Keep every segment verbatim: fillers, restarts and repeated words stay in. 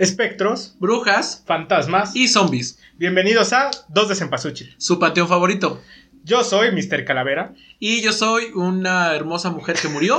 espectros, brujas fantasmas y zombies. Bienvenidos a Dos de Cempasúchil. Su panteón favorito. Yo soy mister Calavera. Y yo soy una hermosa mujer que murió.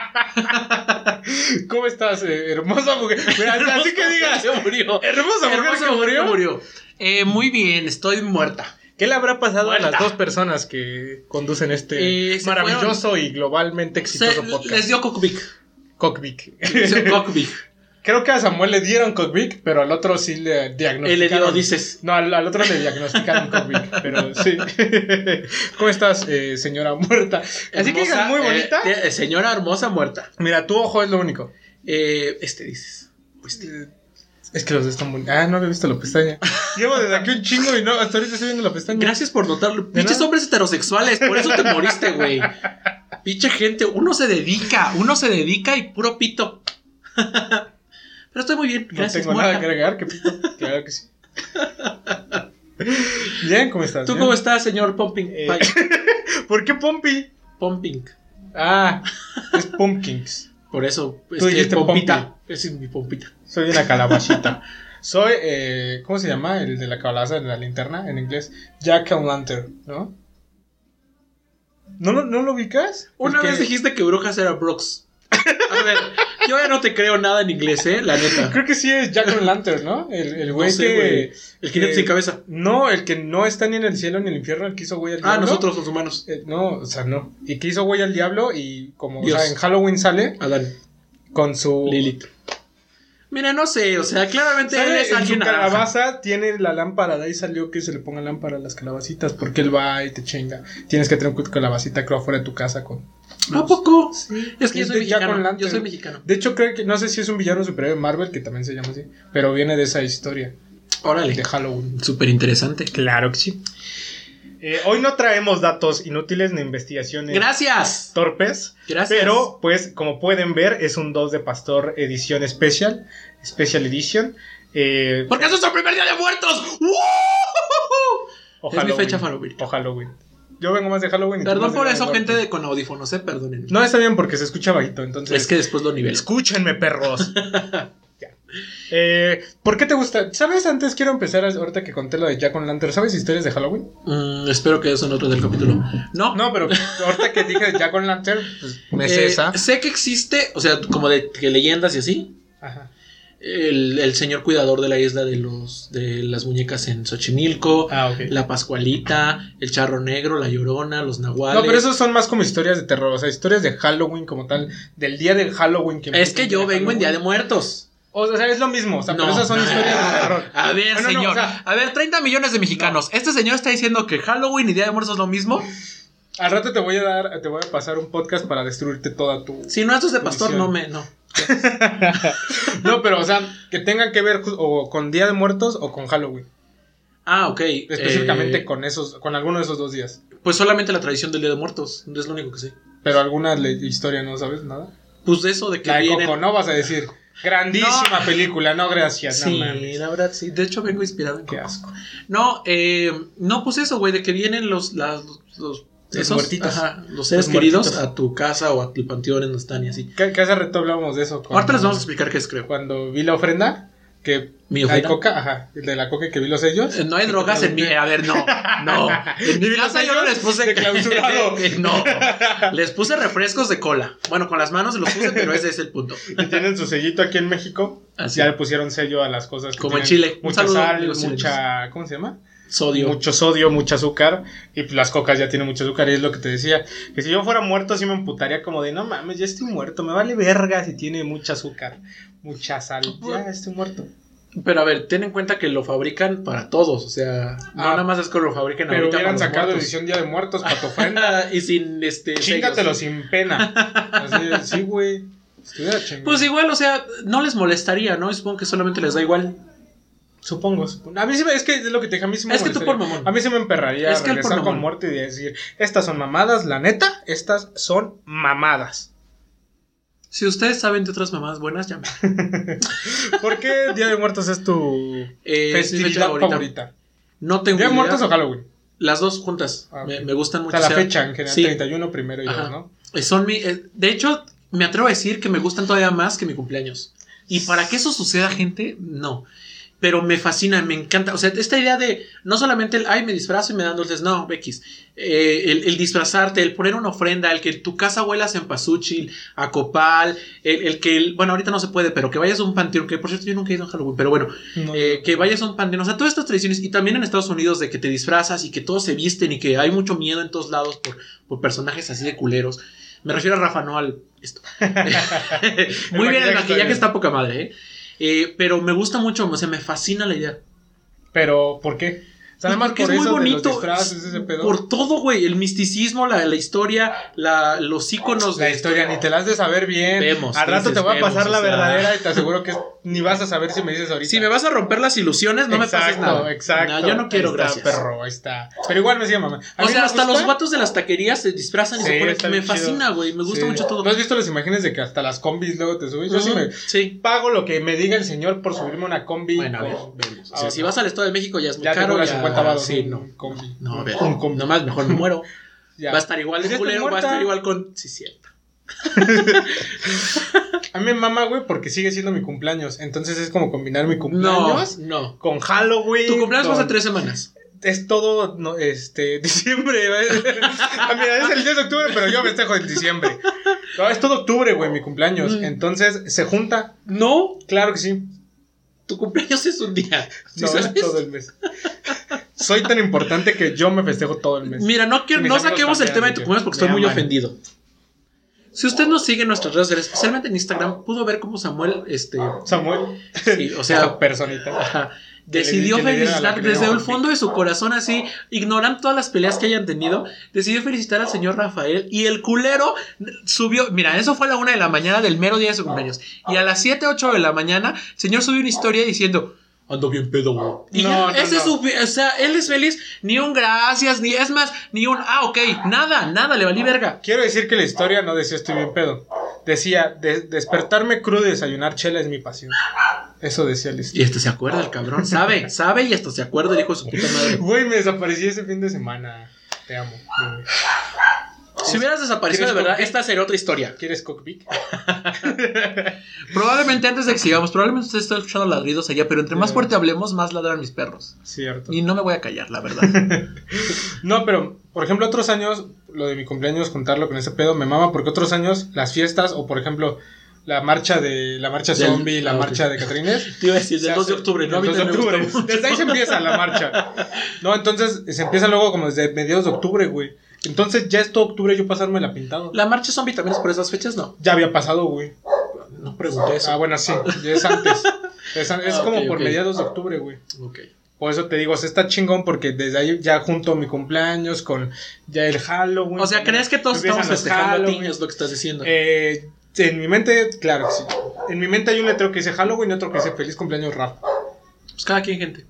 ¿Cómo estás, eh, hermosa mujer? Mira, así que digas. Que murió. Hermosa mujer, hermosa que, mujer murió. que murió. Eh, muy bien, estoy muerta. ¿Qué le habrá pasado Muerta. a las dos personas que conducen este Eh, se maravilloso y globalmente exitoso Se, podcast? les dio cockpit. Cockpit. Les dio cockpit. Creo que a Samuel le dieron cockpit, pero al otro sí le diagnosticaron. Él le dio, dices. No, al, al otro le diagnosticaron cockpit, pero sí. ¿Cómo estás, eh, señora muerta? Así que digas muy bonita. Eh, eh, señora hermosa muerta. Mira, tu ojo es lo único. Eh, este dices. Este. Eh, Es que los dos están bonitos. Ah, no había visto la pestaña. Llevo desde aquí un chingo y no, hasta ahorita estoy viendo la pestaña. Gracias por notarlo. Pinches nada. hombres heterosexuales, por eso te moriste, güey. Pinche gente, uno se dedica, uno se dedica y puro pito. Pero estoy muy bien, No gracias. tengo muerta. nada que agregar, que pito. Claro que sí. Bien, ¿cómo estás? ¿Tú ¿Bien? cómo estás, señor Pumping? Eh, Pie? ¿Por qué Pompi? Pumping. Ah, es Pumpkins. Por eso, es Tú que dijiste pompita. Esa es mi pompita. Soy una calabacita. Soy, eh, ¿cómo se llama? El de la calabaza de la linterna en inglés. Jack o' Lantern, ¿no? ¿No, lo- ¿No lo ubicas? Una El que- vez dijiste que brujas era Brooks. A ver, yo ya no te creo nada en inglés, ¿eh? La neta. Creo que sí es Jack o' Lantern, ¿no? El, el güey No sé, que... güey. El jinete que- sin cabeza. No, el que no está ni en el cielo ni en el infierno, el que hizo güey al Ah, diablo. nosotros los humanos. Eh, no, o sea, no. Y que hizo güey al diablo y como, Dios. o sea, en Halloween sale Adán. con su... Lilith. Mira, no sé, o sea, claramente él ¿Sale? es En alguien su naranja. calabaza tiene la lámpara, de ahí salió que se le ponga lámpara a las calabacitas, porque él va y te chinga. Tienes que tener un calabacita, creo, afuera de tu casa con... ¿A poco? Sí. Es que yo Es soy de Jack o' mexicano. Lantern. Yo soy mexicano. De hecho, creo que, no sé si es un villano superior de Marvel, que también se llama así, pero viene de esa historia, Órale. de Halloween. Súper interesante. Claro que sí. Eh, hoy no traemos datos inútiles ni investigaciones Gracias. torpes, Gracias. pero pues como pueden ver es un dos de Pastor edición especial, Special Edition. Eh, Porque es nuestro primer día de muertos. ¡Woo! o Es mi Halloween, fecha favorita. O Halloween. Yo vengo más de Halloween. y tú Perdón más de por Día eso, de gente Muertos. de con audífonos, eh, perdonen. No, está bien porque se escucha bajito, entonces... Es que después lo nivelo. Escúchenme, perros. Ya. Eh, ¿Por qué te gusta? ¿Sabes? Antes quiero empezar, ahorita que conté lo de Jack o' Lantern. ¿Sabes historias de Halloween? Mm, espero que eso en otro del capítulo. No. No, pero ahorita que dije de Jack o' Lantern, pues me Eh, sé esa. sé que existe, o sea, como de que leyendas y así. Ajá. El, el señor cuidador de la isla de los de las muñecas en Xochimilco, Ah, ok. la Pascualita, el Charro Negro, la Llorona, los nahuales. No, pero esos son más como historias de terror, o sea, historias de Halloween como tal, del día del Halloween. Que Es que yo vengo en Día de Muertos. O sea, es lo mismo, o sea, pero esas son historias de terror. A ver, No, no, no, señor. o sea, a ver, treinta millones de mexicanos. Este señor está diciendo que Halloween y Día de Muertos es lo mismo. al rato te voy a dar, te voy a pasar un podcast para destruirte toda tu... Si no, estos de pastor Visión. no me. No. No, pero o sea, que tengan que ver ju- o con Día de Muertos o con Halloween. Ah, ok. Específicamente Eh, con esos, con alguno de esos dos días. Pues solamente la tradición del Día de Muertos. Es lo único que sé. Pero alguna le- historia, ¿no sabes nada? Pues de eso de que La de vienen. Coco, no vas a decir. Grandísima No. película, no gracias, no Sí, mames. la verdad, sí. De hecho, vengo inspirado en Qué Coco. asco. No, eh, no, pues eso, güey, de que vienen los, las, los, Los muertitos. ajá, los seres Los queridos muertitos. a tu casa o a tu panteón en donde están y así. Que, que hace rato hablábamos de eso. cuando- Ahorita les vamos a explicar qué es, creo. Cuando vi la ofrenda, que ¿Mi hay ofrenda? coca, ajá, el de la coca que vi los sellos. Eh, No hay drogas en mi. A ver, no. No. En mi ¿Y casa los yo no sellos les puse. de clausurado? No. Les puse refrescos de cola. Bueno, con las manos se los puse, pero ese es el punto. Y tienen su sellito aquí en México. Así. Ya le pusieron sello a las cosas. Que Como en tienen Chile. Un Mucha saludo, sal, amigos mucha. ¿Cómo se llama? Sodio. Mucho sodio, mucho azúcar. Y pues las cocas ya tienen mucho azúcar. Y es lo que te decía. Que si yo fuera muerto, sí me emputaría como de no mames, ya estoy muerto. Me vale verga si tiene mucha azúcar, mucha sal. Ya estoy muerto. Pero a ver, ten en cuenta que lo fabrican para todos. O sea, no Ah, nada más es que lo fabriquen Pero ahorita hubieran para los sacado muertos. edición Día de Muertos para tu ofrenda. Y sin este. Chingatelo sellos. sin pena. Así de, sí, güey. Estuviera chingón. Pues igual, o sea, no les molestaría, ¿no? Supongo que solamente les da igual. Supongo, supongo. A mí sí me, es que es lo que te dije, a mí sí me Es que tú molestaría. por mamón. A mí sí me emperraría Es que él por regresar con mamón. muerte y decir, estas son mamadas, la neta, estas son mamadas. Si ustedes saben de otras mamás buenas, llamen. ¿Por qué Día de Muertos es tu Eh, es mi fecha festividad favorita. favorita? No tengo ¿Día de idea. Muertos o Halloween? Las dos juntas. Ah, me, ok. me gustan O mucho. sea, la o sea, fecha en general, sí. treinta y uno primero y Ajá. dos, ¿no? Eh, Son mi, eh, de hecho, me atrevo a decir que me gustan todavía más que mi cumpleaños. Y para que eso suceda, gente, no. Pero me fascina, me encanta. O sea, esta idea de no solamente el, ay, me disfrazo y me dan dulces. No, X. Eh, el, el disfrazarte, el poner una ofrenda, el que tu casa huela a cempasúchil, a copal, el, el que, el, bueno, ahorita no se puede, pero que vayas a un panteón, que por cierto yo nunca he ido a Halloween, pero bueno, no, eh, que vayas a un panteón. O sea, todas estas tradiciones. Y también en Estados Unidos de que te disfrazas y que todos se visten y que hay mucho miedo en todos lados por, por personajes así de culeros. Me refiero a Rafa, no al esto. Muy bien, el maquillaje está poca madre, ¿eh? Eh, pero me gusta mucho, o sea, me fascina la idea. Pero, ¿por qué? O sea, pues nada más por es muy eso bonito, de los disfraces, ese pedo. Por todo, güey, el misticismo, la, la historia, la, los íconos. La de historia, ni te la has de saber bien. Vemos. Al rato dices, te voy a vemos, pasar la o sea... verdadera y te aseguro que ni vas a saber si me dices ahorita. Si me vas a romper las ilusiones, no exacto, me pases nada. Exacto, no, yo no quiero, ahí está, gracias. Perro, ahí está. Pero igual me sigue mamá. O sea, hasta los vatos de las taquerías se disfrazan y sí, se ponen. Me chido. fascina, güey. Me gusta sí. mucho todo. ¿No has visto las imágenes de que hasta las combis luego te subes? Yo uh-huh. sí me sí. pago lo que me diga el señor por subirme una combi. Bueno, a ver, vemos. O sea, si vas al Estado de México ya es muy ya caro. Ya ya cincuenta baros. Sí, no. Combi. No, a ver. Un combi. Nomás mejor me muero. Ya. Va a estar igual de culero, va a estar igual con. Sí, cierto. A mí me mama, güey, porque sigue siendo mi cumpleaños. Entonces es como combinar mi cumpleaños no, no. con Halloween. Tu cumpleaños con... pasa tres semanas. Es todo, no, este, diciembre. Ah, mira, es el diez de octubre, pero yo festejo en diciembre. No, es todo octubre, güey, mi cumpleaños. Mm. Entonces se junta. No, claro que sí. Tu cumpleaños es un día. ¿Sí no, sabes? Es todo el mes. Soy tan importante que yo me festejo todo el mes. Mira, no quiero, no saquemos el tema de tu cumpleaños porque estoy muy aman. ofendido. Si usted nos sigue en nuestras redes, especialmente en Instagram, pudo ver cómo Samuel, este... Samuel. Sí, o sea... Esa personita. Ajá. Decidió le, felicitar desde el fondo de su corazón, así, ignorando todas las peleas que hayan tenido, decidió felicitar al señor Rafael y el culero subió, mira, eso fue a la una de la mañana del mero día de su cumpleaños, y a las siete, ocho de la mañana, el señor subió una historia diciendo, ando bien pedo, güey. Y no, ya, no, ese no. es su, o sea, él es feliz, ni un gracias, ni, es más, ni un, ah, ok, nada, nada, le valí verga. Quiero decir que la historia no decía estoy bien pedo, decía, de, despertarme crudo y desayunar chela es mi pasión. Eso decía el Y esto se acuerda el cabrón, sabe, sabe y esto se acuerda el hijo de su puta madre. Güey, me desaparecí ese fin de semana. Te amo. Güey. Si hubieras desaparecido de verdad, esta sería otra historia. ¿Quieres cockpit? Probablemente antes de que sigamos, probablemente usted está escuchando ladridos allá, pero entre más fuerte hablemos, más ladran mis perros. Cierto. Y no me voy a callar, la verdad. No, pero, por ejemplo, otros años, lo de mi cumpleaños, juntarlo con ese pedo, me mama, porque otros años, las fiestas, o por ejemplo... La marcha de la marcha zombie, del, la ah, marcha okay. de Catrines. Te iba a decir, del dos de octubre, ¿no? dos de octubre. Desde ahí se empieza la marcha. No, entonces se empieza luego como desde mediados de octubre, güey. Entonces ya es todo octubre yo pasarme la pintado. ¿La marcha zombie también es por esas fechas, no? Ya había pasado, güey. No pregunté eso. Ah, bueno, sí, ya es antes. Es, es ah, como okay, por okay. mediados de octubre, güey. Ok. Por eso te digo, o sea, está chingón porque desde ahí ya junto mi cumpleaños con ya el Halloween. O sea, ¿crees que todos estamos festejando niños, lo que estás diciendo? Eh... En mi mente, claro que sí. En mi mente hay un letrero que dice Halloween y otro que dice feliz cumpleaños Rafa. Pues cada quien, gente.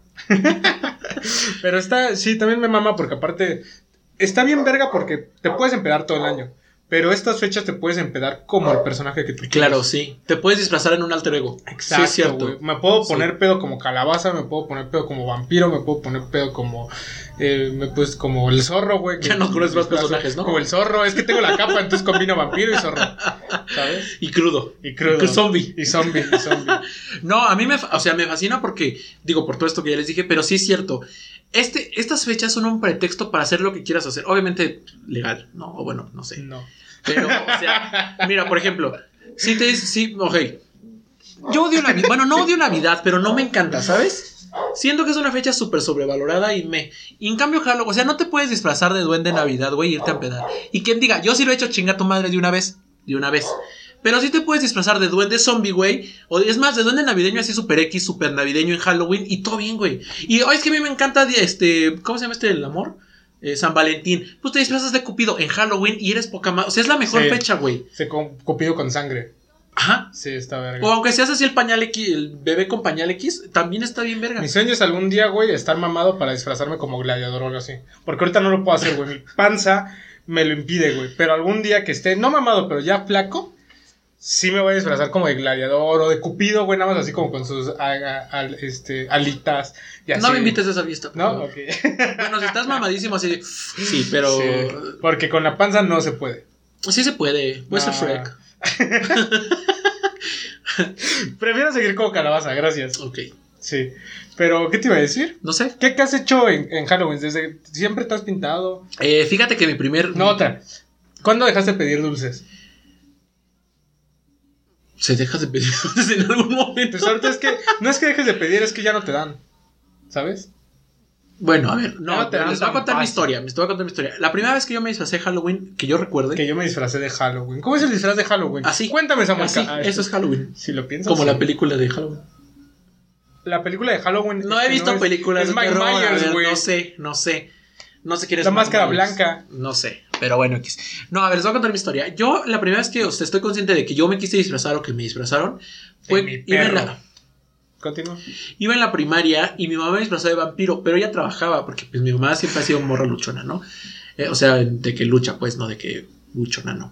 Pero está, sí, también me mama porque aparte está bien verga porque te puedes empedar todo el año. Pero estas fechas te puedes empedar como el personaje que tú quieras. Claro, sí. Te puedes disfrazar en un alter ego. Exacto, sí, es cierto. Güey. Me puedo poner sí. pedo como calabaza, me puedo poner pedo como vampiro, me puedo poner pedo como... Eh, me pues como el zorro, güey. Ya no conoces más personajes, ¿no? Como el zorro. Es que tengo la capa, entonces combino vampiro y zorro. ¿Sabes? Y crudo. Y crudo. Y zombie. Y zombie, y zombie. No, a mí me... O sea, me fascina porque... Digo, por todo esto que ya les dije, pero sí es cierto... Este, estas fechas son un pretexto para hacer lo que quieras hacer. Obviamente legal, ¿no? O bueno, no sé. No. Pero, o sea, mira, por ejemplo, si te si, ok, yo odio Navidad, bueno, no odio Navidad, pero no me encanta, ¿sabes? Siento que es una fecha súper sobrevalorada y me... Y en cambio, Halloween, o sea, no te puedes disfrazar de duende Navidad, güey, y irte a empedar. Y quien diga, yo sí lo he hecho, chinga tu madre de una vez, de una vez. Pero sí te puedes disfrazar de duende zombie, güey. O es más, de duende navideño así super X, super navideño en Halloween. Y todo bien, güey. Y oh, es que a mí me encanta este... ¿Cómo se llama este el amor? Eh, San Valentín. Pues te disfrazas de Cupido en Halloween y eres poca más. O sea, es la mejor sí, fecha, güey. Se con Cupido con sangre. Ajá. Sí, está verga. O aunque seas así el pañal X, el bebé con pañal X, también está bien verga. Mi sueño es algún día, güey, estar mamado para disfrazarme como gladiador o algo así. Porque ahorita no lo puedo hacer, güey. Mi panza me lo impide, güey. Pero algún día que esté, no mamado, pero ya flaco, sí me voy a disfrazar como de gladiador o de Cupido, güey, nada más así como con sus a, a, a, este, alitas. Y así. No me invites a esa fiesta. No, ok. Bueno, si estás mamadísimo así de... Sí, pero... Sí, porque con la panza no se puede. Sí se puede. Puede no. ser Shrek. Prefiero seguir como calabaza, gracias. Ok. Sí. Pero, ¿qué te iba a decir? No sé. ¿Qué, qué has hecho en, en Halloween? ¿Desde siempre te has pintado? Eh, fíjate que mi primer... No, otra. ¿Cuándo dejaste de pedir dulces? Se deja de pedir dulces en algún momento. Pues ahorita es que, no es que dejes de pedir, es que ya no te dan. ¿Sabes? Bueno, a ver, no, no te dan les voy a tan contar mi fácil. historia. Les voy a contar mi historia. La primera vez que yo me disfracé de Halloween, que yo recuerde. Que yo me disfracé de Halloween. ¿Cómo es el disfraz de Halloween? Así. Cuéntame, Samuel. Así, Ah, eso es Halloween. Si lo piensas. Como sí. la película de Halloween. La película de Halloween. No es he que visto es- películas Es de Mike terror, a Myers, ver, güey. no sé, no sé. No sé quién es La Mike máscara Myers. blanca. No sé, pero bueno, X. No, a ver, les voy a contar mi historia. Yo, la primera vez que o sea, estoy consciente de que yo me quise disfrazar o que me disfrazaron, fue mi iba en, perro. la, Continúa. iba en la primaria y mi mamá me disfrazó de vampiro, pero ella trabajaba, porque pues mi mamá siempre ha sido morra luchona, ¿no? Eh, o sea, de que lucha, pues, no de que luchona, no.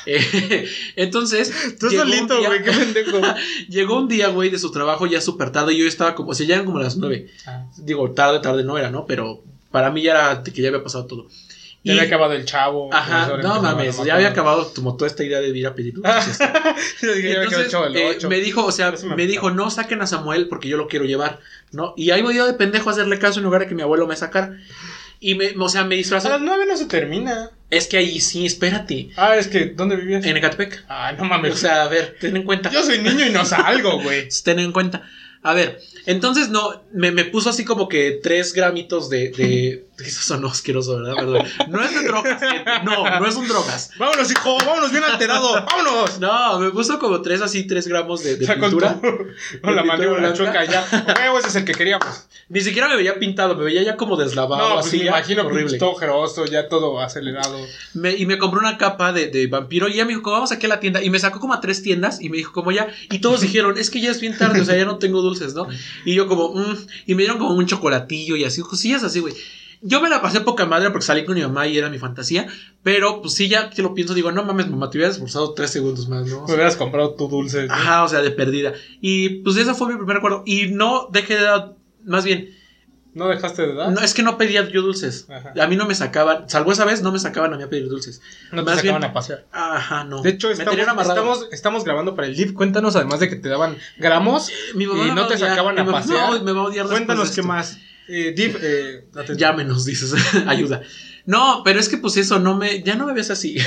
Eh, entonces, Tú llegó un solito, día- güey, qué pendejo. llegó un día, güey, de su trabajo ya súper tarde. Y yo estaba como, o sea, ya eran como las nueve. Ah, Digo, tarde, tarde no era, ¿no? Pero para mí ya era de que ya había pasado todo. ya Y- había acabado el chavo. Ajá, ahora no empezaba mames, la ya había matada. acabado como toda esta idea de ir a pedir dulces. Yo dije, ya había quedado el Entonces, chavo del eh, ocho. me dijo, o sea, Eso me me gusta. dijo, no saquen a Samuel porque yo lo quiero llevar, ¿no? Y ahí voy yo de pendejo a hacerle caso en lugar de que mi abuelo me sacara. Y me, o sea, me A disfrazó. las nueve no se termina. Es que ahí sí, espérate. Ah, es que, ¿dónde vivías? En Ecatepec. Ah, no mames. O sea, a ver, ten en cuenta. Yo soy niño y no salgo, güey. Ten en cuenta. A ver, entonces no, me, me puso así como que tres gramitos de. de eso sonó asqueroso, ¿verdad? Perdón. No es de drogas, gente. No, no es un drogas. Vámonos, hijo, vámonos bien alterado. Vámonos. No, me puso como tres así, tres gramos de, de O sea, con, pintura. tu- con la pintura mandíbula blanca. chueca ya. Huevo, ese es el que queríamos. Ni siquiera me veía pintado, me veía ya como deslavado, No, pues así. me ya, imagino que horrible. todo ojeroso, ya todo acelerado. Me- y me compró una capa de, de vampiro y ella me dijo, vamos aquí a la tienda. Y me sacó como a tres tiendas y me dijo, como ya. Y todos dijeron, es que ya es bien tarde, o sea, ya no tengo dulces, ¿no? Y yo como, mmm. Y me dieron como un chocolatillo y así, cosillas así, güey. Yo me la pasé poca madre porque salí con mi mamá y era mi fantasía. Pero pues sí, ya que lo pienso, digo, no mames, mamá, te hubieras esforzado tres segundos más, ¿no? Me hubieras comprado tu dulce. ¿no? Ajá, o sea, de perdida. Y pues ese fue mi primer recuerdo. Y no dejé de dar, más bien, ¿No dejaste de dar? no, es que no pedía yo dulces. Ajá. A mí no me sacaban, salvo esa vez, no me sacaban a mí a pedir dulces. No te Más sacaban bien- a pasear. Ajá, no. De hecho, Me estamos, tenían amarrado. estamos, estamos grabando para el D I F. Cuéntanos, además de que te daban gramos Mi mamá y me no va a te odiar, sacaban mi a mamá- pasear. No, me va a odiar después Cuéntanos de qué esto. más. Eh, D I F, eh, atención. Llámenos, dices, ayuda. No, pero es que pues eso, no me, ya no me ves así.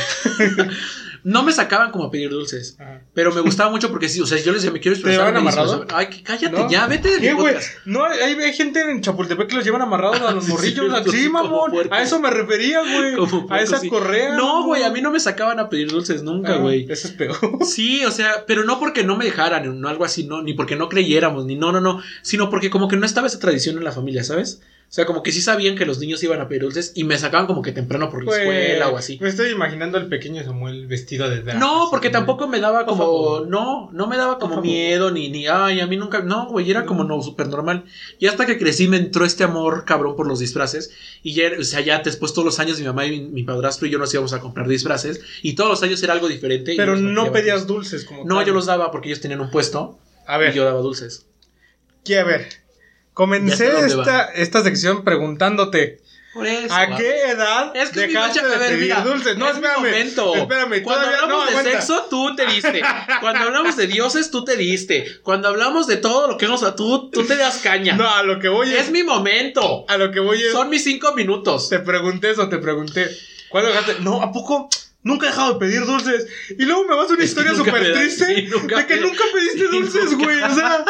No me sacaban como a pedir dulces. Ajá. Pero me gustaba mucho porque sí, o sea, yo les decía, me quiero disfrazar. llevaban me amarrado? disfrazaban. Ay, que cállate ¿No? ya, vete de mi ¿Qué, güey? podcast. No, hay, hay gente en Chapultepec que los llevan amarrados a los Sí, morrillos. sí, Sí, como mamón. puercos. A eso me refería, güey. Como A puerco, esa sí. correa. No, güey, a mamón. mí no me sacaban a pedir dulces nunca, Ah, güey. Eso es peor. Sí, o sea, pero no porque no me dejaran, no algo así, no, ni porque no creyéramos, ni no, no, no, sino porque como que no estaba esa tradición en la familia, ¿sabes? O sea, como que sí sabían que los niños iban a pedir dulces y me sacaban como que temprano por la Güey, escuela o así. Me estoy imaginando al pequeño Samuel vestido de drag. No, así, porque güey. tampoco me daba Por como, favor. no, no me daba como Por favor. miedo, ni, ni, ay, a mí nunca, no, güey, era como no, súper normal. Y hasta que crecí me entró este amor cabrón por los disfraces y ya, o sea, ya después todos los años mi mamá y mi, mi padrastro y yo nos íbamos a comprar disfraces y todos los años era algo diferente. y Pero nos no maquillaban. pedías dulces como No, tal. yo los daba porque ellos tenían un puesto A ver, y yo daba dulces. ¿qué? A ver. Ya Comencé sé dónde esta, esta sección preguntándote Por eso. ¿a qué edad Es que es mi dejaste fecha- de a ver, pedir mira, dulces? No, es mi espérame. momento. Espérame, Cuando todavía hablamos no, de aguanta. sexo, tú te diste. Cuando hablamos de dioses, tú te diste. Cuando hablamos de todo lo que hemos a tú, tú te das caña. No, a lo que voy es, Es mi momento. a lo que voy es, Son mis cinco minutos. te pregunté eso, te pregunté. ¿Cuándo dejaste? No, ¿a poco? Nunca he dejado de pedir dulces. Y luego me vas a una Es que historia nunca súper me da- triste sí, nunca de que me- nunca pediste sí, dulces, nunca. güey. O sea,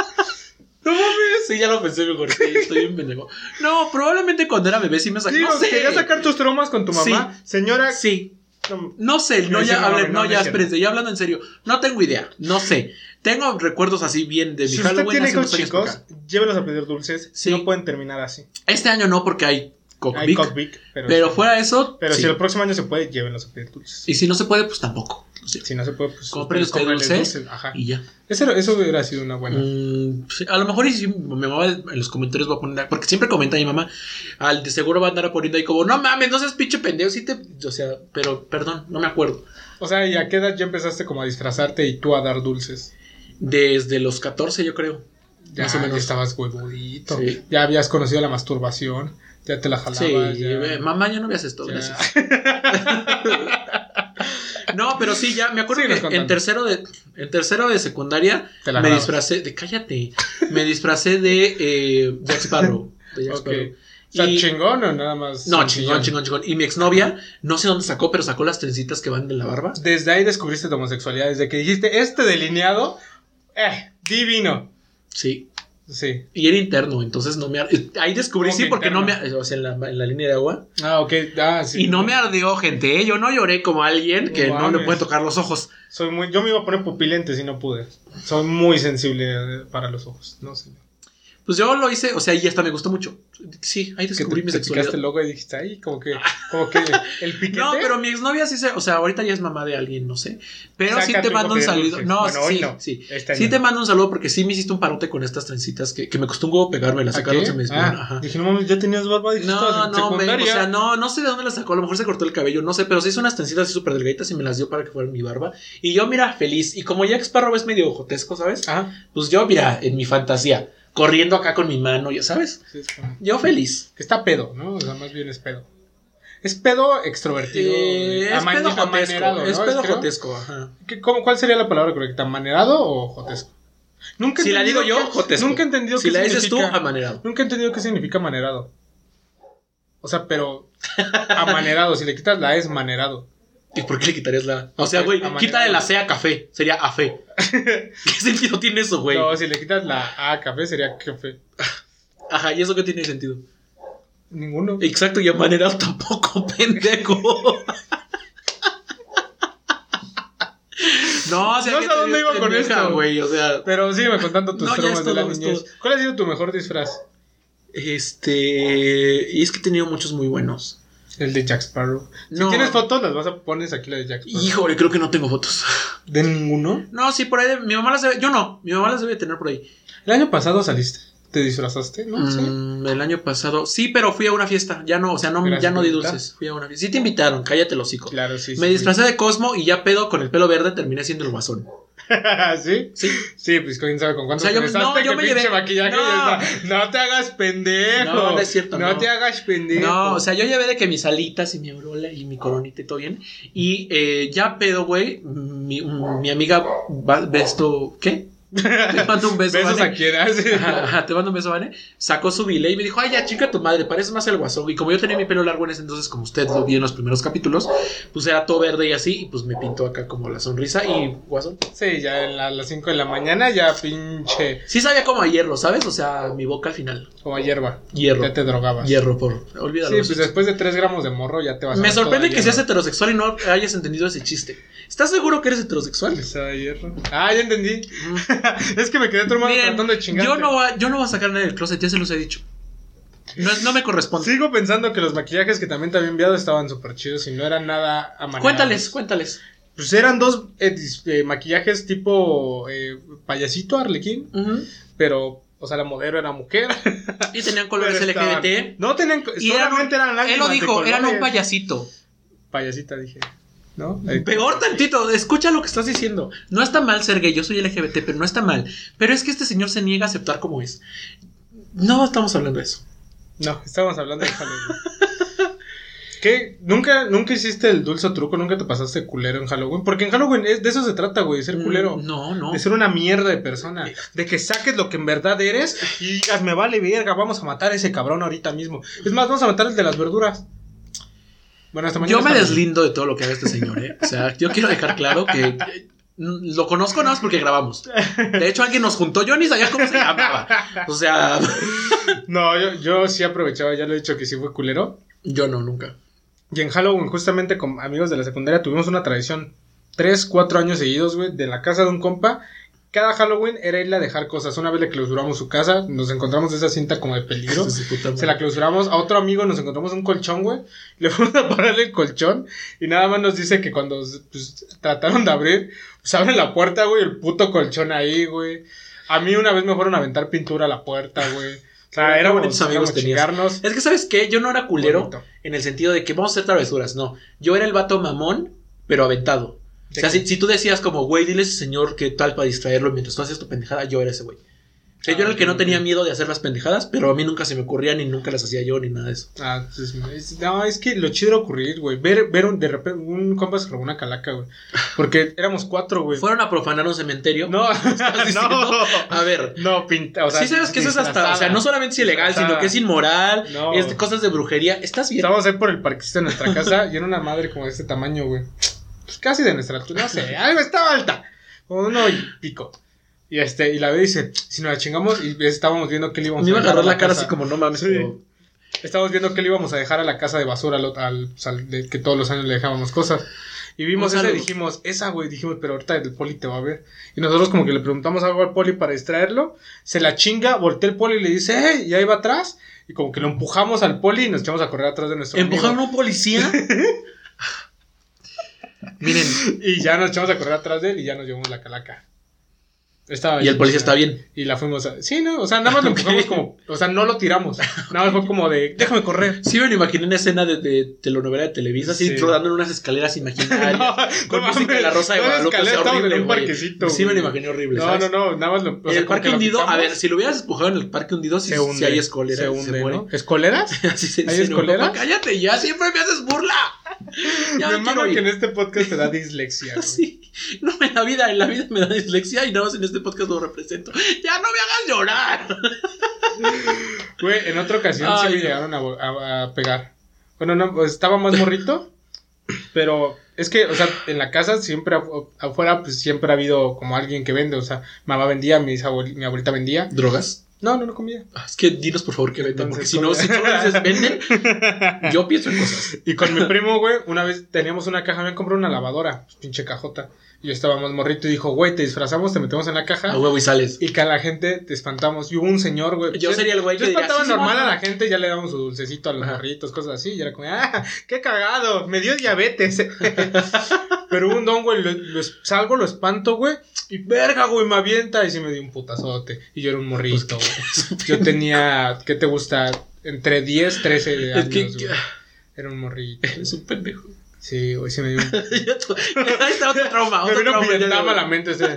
no mames. Sí, ya lo pensé mejor. Sí, estoy bien pendejo. No, probablemente cuando era bebé sí me sacó. Digo, No sé. quería sacar tus traumas con tu mamá. Señora, Sí. no, No sé, no, Sí, ya, no, hable- no, no, no, ya, no es cierto. espérense, ya hablando en serio. No tengo idea, no sé. Tengo recuerdos así bien de mi si usted Halloween tiene hace hijos unos años para chicos, acá. llévelos a pedir dulces. Sí. No pueden terminar así. Este año no, porque hay Hay Cockbic. Cockbic, pero, Pero sí. fuera de eso, Pero sí. si el próximo año se puede, llévenlos a pedir dulces. Y si no se puede, pues tampoco. Sí. Si no se puede, pues Compren ustedes usted cómprenle dulce Ajá. y ya. Eso, eso hubiera sido una buena. Mm, sí, a lo mejor y si mi mamá en los comentarios va a poner, porque siempre comenta mi mamá, al de seguro va a andar poniendo ahí como, no mames, no seas pinche pendejo, sí te, o sea, pero perdón, no me acuerdo. O sea, ¿y a qué edad ya empezaste como a disfrazarte y tú a dar dulces? Desde los catorce yo creo. Ya, Más o menos. ya estabas huevudito. Sí. Ya habías conocido la masturbación. Ya te la jalabas. Sí, ya, eh, mamá, ya no veas esto, ya. gracias. No, pero sí, ya me acuerdo Síguenos que contando. en tercero de en tercero de secundaria Te la me grabas. disfracé de cállate, me disfracé de eh, Jack Sparrow, de Jack Ok. Sparrow. O sea, Y- chingón o nada más. No, sencillón? chingón, chingón, chingón. Y mi exnovia, no sé dónde sacó, pero sacó las trencitas que van de la barba. Desde ahí descubriste tu homosexualidad. Desde que dijiste este delineado, eh, divino. Sí. Sí. Y era interno, entonces no me ar- ahí descubrí ¿Cómo sí que porque no me interno? ar- o sea, en la, en la línea de agua. Ah, ok. Ah, sí. Y no me ardió, gente, ¿eh? Yo no lloré como alguien que No no le mames. puede tocar los ojos. Soy muy. Yo me iba a poner pupilente si no pude. Soy muy sensible eh, para los ojos. No sé. Pues yo lo hice, o sea, y hasta me gustó mucho. Sí, ahí Que descubrí te, mi te sexualidad. picaste el logo y dijiste ahí, como que, como que el piquete. No, pero mi exnovia sí se, o sea, ahorita ya es mamá de alguien, no sé. Pero Saca sí a te tu mando hijo un pedir saludo. dulces. No, Bueno, sí, hoy no. sí. Este Sí año te no. mando un saludo porque sí me hiciste un parote con estas trencitas que, que me costó un huevo pegármelas, ¿A sacaron qué? se me despidieron, Ah, ajá. dije, no mames, ya tenías barba. Dijiste, No, estabas en no, me, o secundaria. sea, no, no sé de dónde las sacó, a lo mejor se cortó el cabello, no sé, pero se hizo unas trencitas así súper delgaditas y me las dio para que fueran mi barba. Y yo, mira, feliz. Y como Jack Sparrow es medio ojotesco, ¿sabes? Ajá. Pues yo, mira, en mi fantasía, corriendo acá con mi mano, ya sabes. Sí, es como- Yo feliz. que está pedo, ¿no? O sea, más bien es pedo. Es pedo extrovertido. Eh, es ama- pedo jotesco, amanerado, es ¿no? pedo creo. jotesco, ajá. ¿Qué- cómo- ¿Cuál sería la palabra correcta? ¿Amanerado o jotesco? Nunca he Si la digo entendido yo, qué- jotesco. Nunca he entendido Si qué la dices tú, significa- amanerado. Nunca he entendido qué significa amanerado. O sea, pero amanerado, si le quitas la E es manerado. ¿Y por qué le quitarías la? O sea, güey, Amanerado. quítale la C a café, sería a fe. ¿Qué sentido tiene eso, güey? No, si le quitas la A a café sería café. Ajá, ¿y eso qué tiene sentido? Ninguno. Exacto, y amanerado tampoco, pendejo. No, o sea, No que sé a te dónde dio iba con pendeja, esto. güey, o sea, Pero sígueme contando tus No, ya traumas es de la todo, es niñez. todo. ¿Cuál ha sido tu mejor disfraz? este, y es que he tenido muchos muy buenos. El de Jack Sparrow. No. Si tienes fotos, las vas a pones aquí la de Jack Sparrow. Híjole, creo que no tengo fotos. ¿De ninguno? No, sí, por ahí, mi mamá las debe, yo no, mi mamá las debe tener por ahí. El año pasado saliste. ¿Te disfrazaste? ¿No? Sí. Mm, el año pasado, sí, pero fui a una fiesta, ya no, o sea, no, Gracias ya no por di invitar. dulces, fui a una fiesta. Sí te invitaron, cállate el hocico. Claro, sí. Me sí, disfracé de Cosmo y ya pedo con el pelo verde terminé siendo el guasón. ¿Sí? Sí. Sí, pues quién sabe con cuánto O sea, yo- pensaste no, yo que me pinche llevé- maquillaje no. ya está. No te hagas pendejo. No, no es cierto, no. te hagas pendejo. No, o sea, yo llevé de que mis alitas y mi aureola y mi coronita y todo bien. Y eh, ya pedo, güey, mi, mi amiga va, ve esto, ¿qué? Te mando un beso, Besos Vane. a quien hace. Ajá, ajá, te mando un beso, Vane. Sacó su bile y me dijo, ay, ya, chica tu madre, pareces más el guasón. Y como yo tenía mi pelo largo en ese entonces, como usted lo vio en los primeros capítulos, pues era todo verde y así, y pues me pintó acá como la sonrisa y guasón. Sí, ya a las cinco de la mañana ya pinche Sí sabía como a hierro, ¿sabes? O sea, mi boca al final. como a hierba. Hierro. Ya te drogabas. Hierro, por... Olvídalo. Sí, pues después de tres gramos de morro ya te vas a Me ver sorprende toda que seas hierba. heterosexual y no hayas entendido ese chiste. ¿Estás seguro que eres heterosexual? Esa hierro. Ah, ya entendí. Es que me quedé traumado Miren, tratando de chingarte. yo no, va- yo no voy a sacar nada del closet, ya se los he dicho. No, no me corresponde. Sigo pensando que los maquillajes que también te había enviado estaban súper chidos y no eran nada amanerados. Cuéntales, cuéntales. Pues eran dos eh, dis- eh, maquillajes tipo eh, payasito, arlequín, Ujú. pero, o sea, la modelo era mujer. Y tenían colores Pero L G B T. estaban- No tenían, Y eran un- solamente eran Él lágrimas lo de dijo, eran un colores. payasito. Payasita, dije. ¿No? Ahí- Peor tantito, escucha lo que estás diciendo. No está mal ser gay, yo soy L G B T, pero no está mal. Pero es que este señor se niega a aceptar como es. No estamos hablando de eso. No, estábamos hablando de Halloween. ¿Qué? ¿Nunca, ¿Nunca hiciste el dulce o truco? ¿Nunca te pasaste culero en Halloween? Porque en Halloween es, de eso se trata, güey, de ser culero. Mm, No, no. De ser una mierda de persona. De que saques lo que en verdad eres y digas, me vale verga, vamos a matar a ese cabrón ahorita mismo. Es más, vamos a matar el de las verduras. Bueno, hasta mañana. Yo me está bien. deslindo de todo lo que haga este señor, ¿eh? O sea, yo quiero dejar claro que eh, lo conozco nada más porque grabamos. De hecho, alguien nos juntó, yo ni sabía cómo se llamaba. O sea, No, yo, yo sí aprovechaba, ya lo he dicho que sí fue culero. yo no, nunca. Y en Halloween, justamente con amigos de la secundaria, tuvimos una tradición. Tres, cuatro años seguidos, güey, de la casa de un compa. Cada Halloween era irle a dejar cosas. Una vez le clausuramos su casa, nos encontramos esa cinta como de peligro. Su puta madre. Se la clausuramos a otro amigo, nos encontramos un colchón, güey. Le fuimos a pararle el colchón y nada más nos dice que cuando pues, trataron de abrir, pues abren la puerta, güey, el puto colchón ahí, güey. A mí una vez me fueron a aventar pintura a la puerta, güey. O sea, Qué era bonitos como amigos tenías. chingarnos. Es que, ¿sabes qué? Yo no era culero Bonito. en el sentido de que vamos a hacer travesuras, no. Yo era el vato mamón, pero aventado. O sea, ¿De qué? si, si tú decías como, güey, dile a ese señor que tal para distraerlo mientras tú haces tu pendejada, yo era ese güey. O sea, yo era el que no tenía miedo de hacer las pendejadas, pero a mí nunca se me ocurría ni nunca las hacía yo ni nada de eso. Ah, pues, es, no, es que lo chido era ocurrir, güey. Ver, ver un, de repente un compa se robó una calaca, güey. Porque éramos cuatro, güey. Fueron a profanar un cementerio. No, no. A ver. No, pinta, o sea. Sí sabes que eso es hasta, o sea, no solamente es ilegal, sino que es inmoral, no. Es de cosas de brujería. ¿Estás bien? Estábamos ahí por el parquecito de nuestra casa y era una madre como de este tamaño, güey. Pues casi de nuestra altura, no sé, algo estaba alta. Como uno y pico. Y este, y la ve dice, si nos la chingamos, y estábamos viendo que le íbamos me a dejar. Me iba a agarrar la, la cara así como no mames. Sí. Pero... Estábamos viendo que le íbamos a dejar a la casa de basura al, al, al de, que todos los años le dejábamos cosas. Y vimos esa y dijimos, esa güey, dijimos, pero ahorita el poli te va a ver. Y nosotros como que le preguntamos algo al poli para distraerlo. Se la chinga, voltea el poli y le dice, hey, y ahí va atrás. Y como que lo empujamos al poli y nos echamos a correr atrás de nuestro ¿Empujaron a un policía? Miren. Y ya nos echamos a correr atrás de él y ya nos llevamos la calaca. Estaba y el policía está bien. Y la fuimos a... Sí, no, o sea, nada más lo empujamos como... O sea, no lo tiramos. Nada más fue como de... Déjame correr. Sí, me lo imaginé una escena de, de telenovela de Televisa, así sí. rodando en unas escaleras imaginarias. no, con no, música de La Rosa de Guadalupe. O sea, horrible, en un parquecito. Sí, me lo imaginé horrible, No, ¿sabes? no, no, nada más lo... O sea, el parque hundido... A ver, si lo hubieras empujado en el parque hundido, si, si hay escoleras, se, hunde, se muere. ¿no? ¿Escoleras? sí, sí, ¿Hay sí, escoleras? No, cállate, ya siempre me haces burla. Ya me mama que en este podcast te da dislexia. Sí. No, en la vida, en la vida me da dislexia y nada más en este podcast lo represento. ¡Ya no me hagas llorar! Güey, en otra ocasión Ay, sí me no. llegaron a, a, a pegar. Bueno, no, pues estaba más morrito. Pero es que, o sea, en la casa siempre afuera, pues siempre ha habido como alguien que vende. O sea, mamá vendía, mi, abuel, mi abuelita vendía. ¿Drogas? No, no, no comía. Ah, es que dinos por favor que venden, porque si no, si tú no dices venden, yo pienso en cosas. Y con mi primo, güey, una vez teníamos una caja, me compré una lavadora, pues, pinche cajota. Y yo estaba más morrito y dijo, güey, te disfrazamos, te metemos en la caja. A huevo y sales. Y que a la gente te espantamos. Y hubo un señor, güey. Yo sería el güey que diría, espantaba sí, normal sí, a la gente, ya le damos su dulcecito a los Ajá. morritos, cosas así. Y era como, ah, qué cagado, me dio diabetes. Pero hubo un don, güey, lo, lo, salgo, lo espanto, güey. Y verga, güey, me avienta. Y sí me dio un putazote. Y yo era un morrito, güey. Yo tenía, ¿qué te gusta? Entre diez, trece de años, es que... güey. Era un morrito. Eres un pendejo. Sí, hoy se me dio un... Ahí está otro trauma, otro me vino trauma. Vietnam a la mente ese.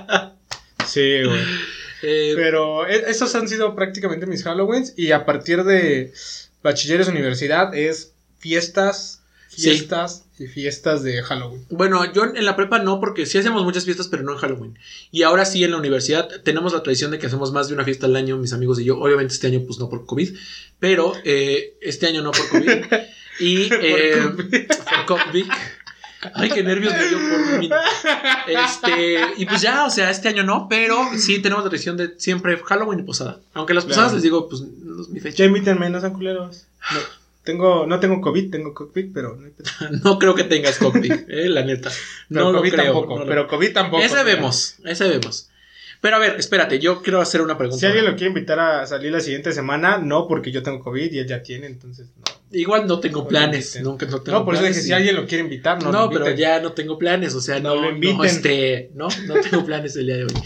Sí, güey. Eh, Pero esos han sido prácticamente mis Halloweens. Y a partir de bachilleres, universidad, es fiestas, fiestas sí. y fiestas de Halloween. Bueno, yo en la prepa no, porque sí hacemos muchas fiestas, pero no en Halloween. Y ahora sí en la universidad tenemos la tradición de que hacemos más de una fiesta al año, mis amigos y yo. Obviamente este año pues no por COVID, pero eh, este año no por COVID. Y eh, por COVID. Ay, qué nervios me dio por mí. Este, y pues ya, o sea, este año no, pero sí tenemos la tradición de siempre Halloween y posada. Aunque las posadas claro. les digo, pues no es mi fecha. Ya invítenme, no sean culeros. No, tengo, no tengo COVID, tengo COVID, pero no, no creo que tengas COVID, eh, la neta. No pero COVID lo creo, tampoco, no, pero COVID tampoco. Ese pero... vemos, ese vemos. Pero a ver, espérate, yo quiero hacer una pregunta. Si alguien lo quiere invitar a salir la siguiente semana, no, porque yo tengo COVID y él ya tiene, entonces no. Igual no tengo no planes, nunca no tengo No, por eso dije, y... si alguien lo quiere invitar, no, no lo pero ya no tengo planes, o sea, no, no lo inviten. No, este, no, no tengo planes el día de hoy.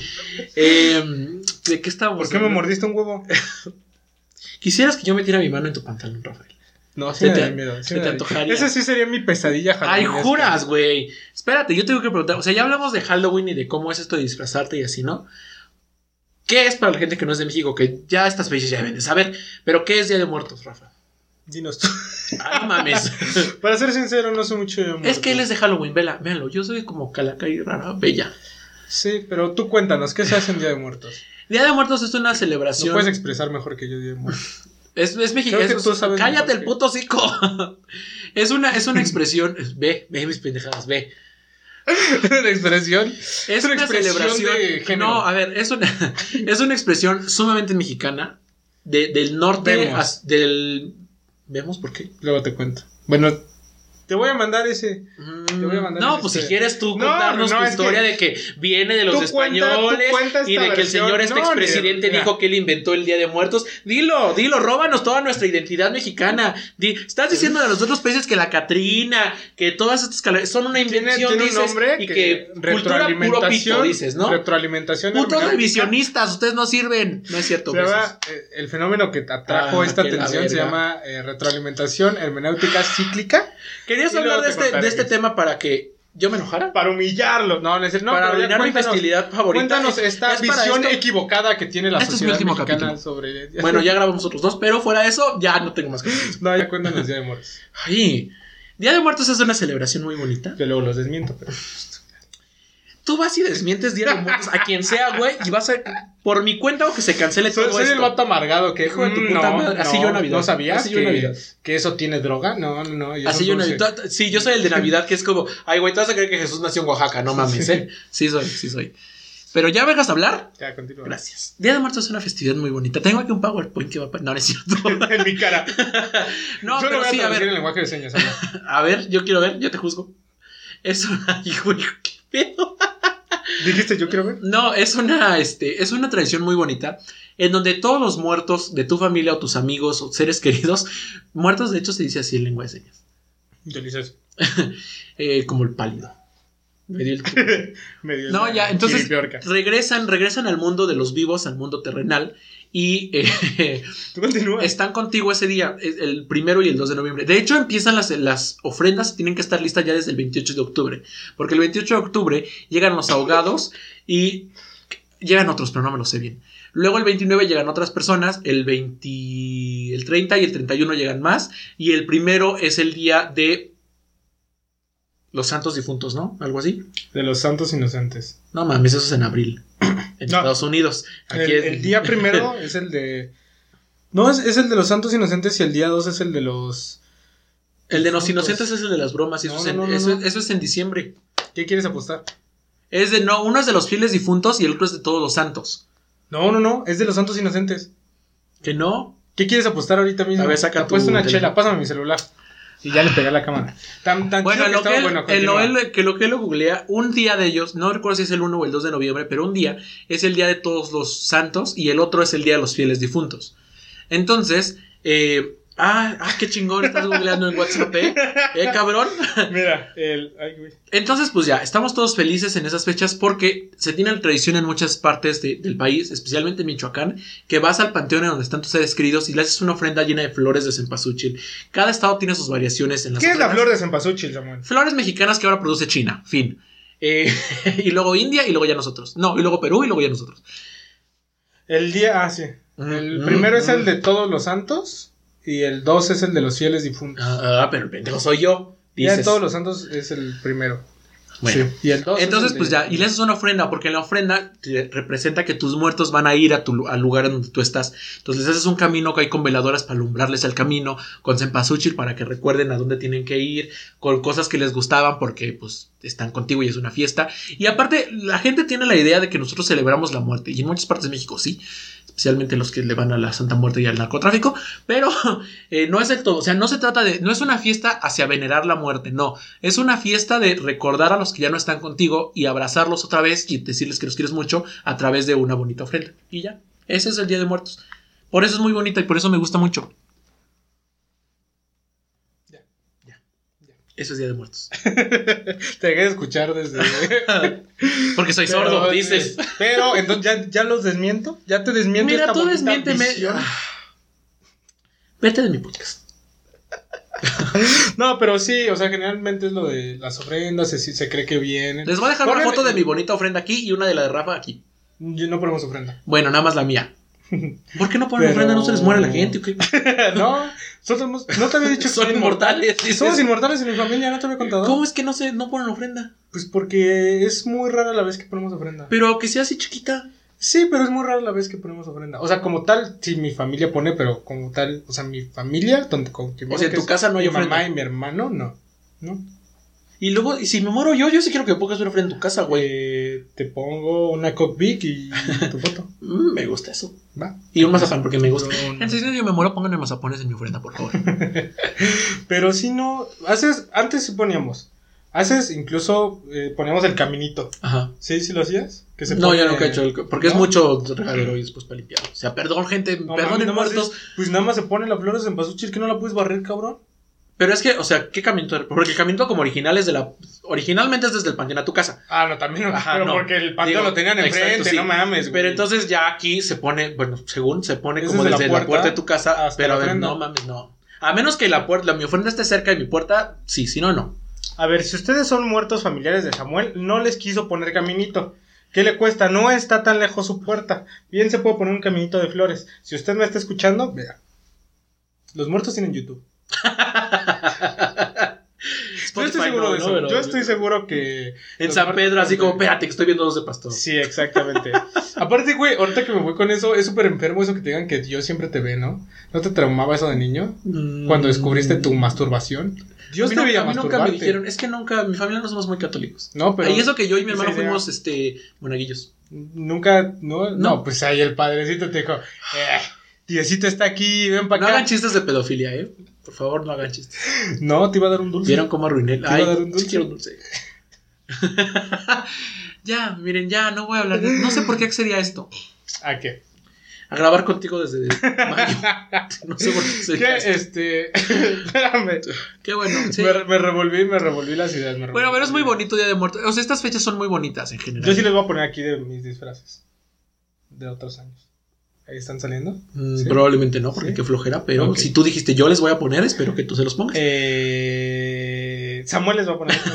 Eh, ¿De qué estábamos? ¿Por qué me mordiste un huevo? Quisieras que yo metiera mi mano en tu pantalón, Rafael. No, sí me da miedo. Sí te, te antojaría. Esa sí sería mi pesadilla. Ay, juras, güey. Espérate, yo tengo que preguntar. O sea, ya hablamos de Halloween y de cómo es esto de disfrazarte y así, ¿no? ¿Qué es para la gente que no es de México? Que ya estas fechas ya deben de saber. Pero ¿qué es Día de Muertos, Rafa? Dinos tú. Ah, no mames. Para ser sincero, no soy mucho de muertos. Es que él es de Halloween, vela, véanlo. Yo soy como calaca y rara, bella. Sí, pero tú cuéntanos, ¿qué se hace en Día de Muertos? Día de Muertos es una celebración. No puedes expresar mejor que yo Día de Muertos. Es, es mexicano. Cállate el puto hocico. Es una, es una expresión. Ve, ve mis pendejadas, ve. Una expresión. Es, es una, una expresión celebración de género. No, a ver, es una, es una expresión sumamente mexicana. De, del norte. Vemos. Del. ¿Vemos por qué? Luego te cuento. Bueno. Te voy a mandar ese. Mm, te voy a mandar no, ese pues este. si quieres tú contarnos no, no, tu historia que de que viene de los españoles cuenta, y de que versión. El señor este no, expresidente dijo mira. Que él inventó el Día de Muertos. Dilo, dilo, róbanos toda nuestra identidad mexicana. Di, estás diciendo de los otros países que la Catrina, que todas estas calaveras son una invención, tiene, tiene dices, un nombre y que, que cultura puro pito, dices, ¿no? Retroalimentación. Putos revisionistas, ustedes no sirven. No es cierto. Se llama, eh, el fenómeno que atrajo ah, esta atención se llama eh, retroalimentación hermenéutica cíclica. Querías hablar de este, de este tema para que ¿Yo me enojara? Para humillarlo. No, no es el no. Para pero ya arruinar mi cuéntanos- festividad favorita. Cuéntanos Es- esta es para visión esto. equivocada que tiene la Este es mi sociedad último mexicana capítulo. sobre... Bueno, ya grabamos otros dos, pero fuera de eso, ya no tengo más que decir. No, ya cuéntanos Día de Muertos. Ay, Día de Muertos es una celebración muy bonita. Que luego los desmiento, pero... Tú vas y desmientes Día de Muertos a quien sea, güey, y vas a... Por mi cuenta o que se cancele Soy, todo soy esto. el vato amargado que... Hijo de tu mm, puta no, madre. Así no, yo en Navidad. ¿No sabías Así yo en que, Navidad. que eso tiene droga? No, no, no. y eso Así es yo dulce. Navidad. Sí, yo soy el de Navidad que es como, ay, güey, te vas a creer que Jesús nació en Oaxaca, no mames, ¿eh? Sí soy, sí soy. Pero ya vengas a hablar. Ya, continúa. Gracias. Día de Muertos es una festividad muy bonita. Tengo aquí un PowerPoint que va para... No, no es cierto. En mi cara. No, Yo pero lo voy a sí, a traducir ver. en lenguaje de señas. ¿sabes? A ver, yo quiero ver, yo te juzgo. Es una... Hijo, hijo, qué pedo. Dijiste, yo quiero ver. No, es una, este, es una tradición muy bonita en donde todos los muertos de tu familia o tus amigos o seres queridos, muertos de hecho se dice así en lengua de señas, Delicioso. eh, como el pálido. Me dio el tubo. Me dio No, una ya, entonces chiripiorca. regresan, regresan al mundo de los vivos, al mundo terrenal y eh, Tú continúas. están contigo ese día, el primero y el dos de noviembre. De hecho, empiezan las, las ofrendas, tienen que estar listas ya desde el veintiocho de octubre. Porque el veintiocho de octubre llegan los ahogados y llegan otros, pero no me lo sé bien. Luego el veintinueve llegan otras personas, el veinte, el treinta y el treinta y uno llegan más. Y el primero es el día de los santos difuntos, ¿no? Algo así. De los santos inocentes. No mames, eso es en abril. En No. Estados Unidos. Aquí El, es- el día primero es el de... No, es, es el de los santos inocentes y el día dos es el de los... El de los difuntos. inocentes es el de las bromas. Y eso, No, es en, no, no, eso, no. eso es en diciembre. ¿Qué quieres apostar? Es de, no, uno es de los fieles difuntos y el otro es de todos los santos. No, no, no, es de los santos inocentes. ¿Que no? ¿Qué quieres apostar ahorita mismo? A ver, saca Te apuesto tu una teléfono. chela, pásame mi celular. Y ya le pegué a la cámara. Tan, tan Bueno, chido en lo que, estaba, él, bueno, en lo, continúa. él- que lo que él lo googlea, un día de ellos, no recuerdo si es el uno o el dos de noviembre, pero un día es el día de todos los santos y el otro es el día de los fieles difuntos. Entonces, eh, ah, ah, qué chingón, estás googleando en WhatsApp, ¿eh? ¿Eh, cabrón? Mira, el... Ay, güey. Entonces, pues ya, estamos todos felices en esas fechas porque se tiene la tradición en muchas partes de- del país, especialmente en Michoacán, que vas al panteón en donde están tus seres queridos y le haces una ofrenda llena de flores de cempasúchil. Cada estado tiene sus variaciones en las ¿Qué es la ofrendas. flor de cempasúchil, Samuel? Flores mexicanas que ahora produce China, fin. Eh, y luego India y luego ya nosotros. No, y luego Perú y luego ya nosotros. El día... Ah, sí. El Mm, primero mm, es el mm. de todos los santos y el dos es el de los fieles difuntos. Ah, ah, pero el pendejo soy yo. Ya de Dices. todos los santos es el primero. Bueno. Sí. Y el dos Entonces, es el pues de- ya, y le haces una ofrenda, porque la ofrenda te representa que tus muertos van a ir a tu, lu- al lugar en donde tú estás. Entonces, les haces un camino que hay con veladoras para alumbrarles el camino, con cempasúchil para que recuerden a dónde tienen que ir, con cosas que les gustaban porque, pues, están contigo y es una fiesta. Y aparte, la gente tiene la idea de que nosotros celebramos la muerte, y en muchas partes de México sí, especialmente los que le van a la Santa Muerte y al narcotráfico, pero eh, no es del todo, o sea, no se trata de, no es una fiesta hacia venerar la muerte, no, es una fiesta de recordar a los que ya no están contigo y abrazarlos otra vez y decirles que los quieres mucho a través de una bonita ofrenda, y ya, ese es el Día de Muertos, por eso es muy bonita y por eso me gusta mucho. Ya. Ya. Eso es Día de Muertos. Te dejé de escuchar desde... Porque soy Pero, sordo, dices. Pero, entonces, ¿ya, ya los desmiento? ¿Ya te desmiento Mira, esta tú bonita desmiénteme. visión? Vete de mi podcast. No, pero sí, o sea, generalmente es lo de las ofrendas, se, se cree que vienen. Les voy a dejar una Ponle- foto de mi bonita ofrenda aquí y una de la de Rafa aquí. Yo no ponemos ofrenda. Bueno, nada más la mía. ¿Por qué no ponen Pero- ofrenda? ¿No se les muere la gente? ¿O qué? No, nosotros hemos- no te había dicho que Son soy inmortales, inmortal. dices. Somos inmortales en mi familia, ¿no te había contado? ¿Cómo es que no se no ponen ofrenda? Pues porque es muy rara la vez que ponemos ofrenda. Pero aunque sea así chiquita. Sí, pero es muy rara la vez que ponemos ofrenda. O sea, como tal, sí, mi familia pone, pero como tal, o sea, mi familia, donde con que O vivo, sea, en que tu es casa no hay mi mamá ofrenda. y mi hermano, no. ¿No? Y luego, y si me muero yo, yo sí quiero que me pongas una ofrenda en tu casa, güey. Eh, te pongo una Coke Big y tu foto. Mm, me gusta eso. Va. Y un mazapán porque me gusta. Pero, En serio, yo me muero, pónganme mazapanes en mi ofrenda, por favor. pero si no, haces, antes sí poníamos. Haces, incluso eh, poníamos el caminito. Ajá. ¿Sí? ¿Sí lo hacías? Que se No, pone- yo nunca he hecho el... Porque es ¿No? mucho regadero y después para limpiarlo. O sea, perdón, gente, No, perdonen mami, nada más muertos. es- pues nada más se pone la flores en pasuchil que no la puedes barrer, cabrón. Pero es que, o sea, ¿qué caminito era? Porque el caminito como original es de la... Originalmente es desde el panteón a tu casa. Ah, no, también no. Ajá, pero no. porque el panteón Digo, lo tenían enfrente, exacto, sí. no mames, güey. Pero entonces ya aquí se pone, bueno, según se pone Es como desde la desde la puerta, puerta de tu casa, hasta pero la a ver, ofrenda. no mames, no. A menos que la puerta, la, mi ofrenda esté cerca de mi puerta, sí, si no, no. A ver, si ustedes son muertos familiares de Samuel, no les quiso poner caminito. ¿Qué le cuesta? No está tan lejos su puerta. Bien se puede poner un caminito de flores. Si usted me está escuchando, vea. Los muertos tienen YouTube. Yo estoy seguro no, de eso. no, pero... Yo estoy seguro que... En San Pedro, así como, espérate, que estoy viendo dos de pastor. Sí, exactamente. Aparte, güey, ahorita que me voy con eso, es súper enfermo eso que te digan que Dios siempre te ve, ¿no? ¿No te traumaba eso de niño? Mm. Cuando descubriste tu masturbación. Dios te veía masturbarte. Nunca me dijeron, es que nunca, mi familia no somos muy católicos. No, pero... Y eso que yo y mi hermano fuimos, este, monaguillos. Nunca, no, no, no, pues ahí el padrecito te dijo, eh, Diosito está aquí, ven para no acá. No hagan chistes de pedofilia, eh. Por favor, no hagan chistes. No, te iba a dar un dulce. ¿Vieron cómo arruiné? Te iba a dar un dulce. Sí quiero un dulce. Ya, miren, ya, no voy a hablar. No sé por qué accedí a esto. ¿A qué? A grabar contigo desde mayo. No sé por qué accedí ¿Qué? a esto. Este, espérame. Qué bueno, sí. Me, me revolví, me revolví las ideas. Me revolví. Bueno, pero es muy bonito Día de Muertos. O sea, estas fechas son muy bonitas en general. Yo sí les voy a poner aquí de mis disfraces. De otros años. ¿Ahí están saliendo? Mm, ¿sí? Probablemente no, porque ¿sí? Qué flojera. Pero okay. Si tú dijiste yo les voy a poner, espero que tú se los pongas. Eh, Samuel les va a poner.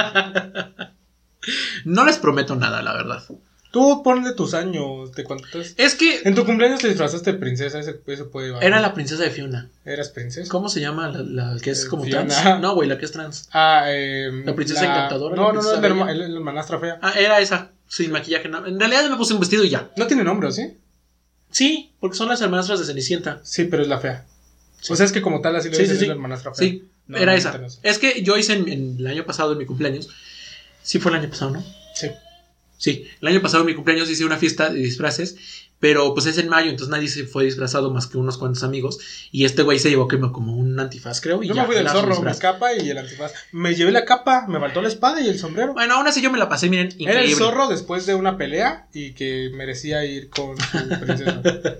No les prometo nada, la verdad. Tú ponle tus años, ¿de cuántos? Es que... En tu cumpleaños te disfrazaste de princesa, ese, eso puede llevar. Era la princesa de Fiona. ¿Eras princesa? ¿Cómo se llama la, la que es eh, como Fiona. trans? No, güey, la que es trans. Ah, eh... La princesa la... encantadora. No, no, no, la, herma... la hermanastra fea. Ah, era esa, sin maquillaje. No. En realidad me puse un vestido y ya. No tiene nombre, ¿sí? Sí, porque son las hermanastras de Cenicienta. Sí, pero es la fea. Sí. O sea, es que como tal así lo sí, dicen, sí, sí. es la hermanastra fea. Sí, no, era no, esa. No es que yo hice en, en el año pasado, en mi cumpleaños. Sí fue el año pasado, ¿no? Sí. Sí, el año pasado en mi cumpleaños hice una fiesta de disfraces, pero pues es en mayo, entonces nadie se fue disfrazado más que unos cuantos amigos. Y este güey se llevó como un antifaz, creo. Y yo ya, me fui del zorro, mi capa y el antifaz. Me llevé la capa, me faltó la espada y el sombrero. Bueno, aún así yo me la pasé, miren, increíble. Era el zorro después de una pelea y que merecía ir con su princesa.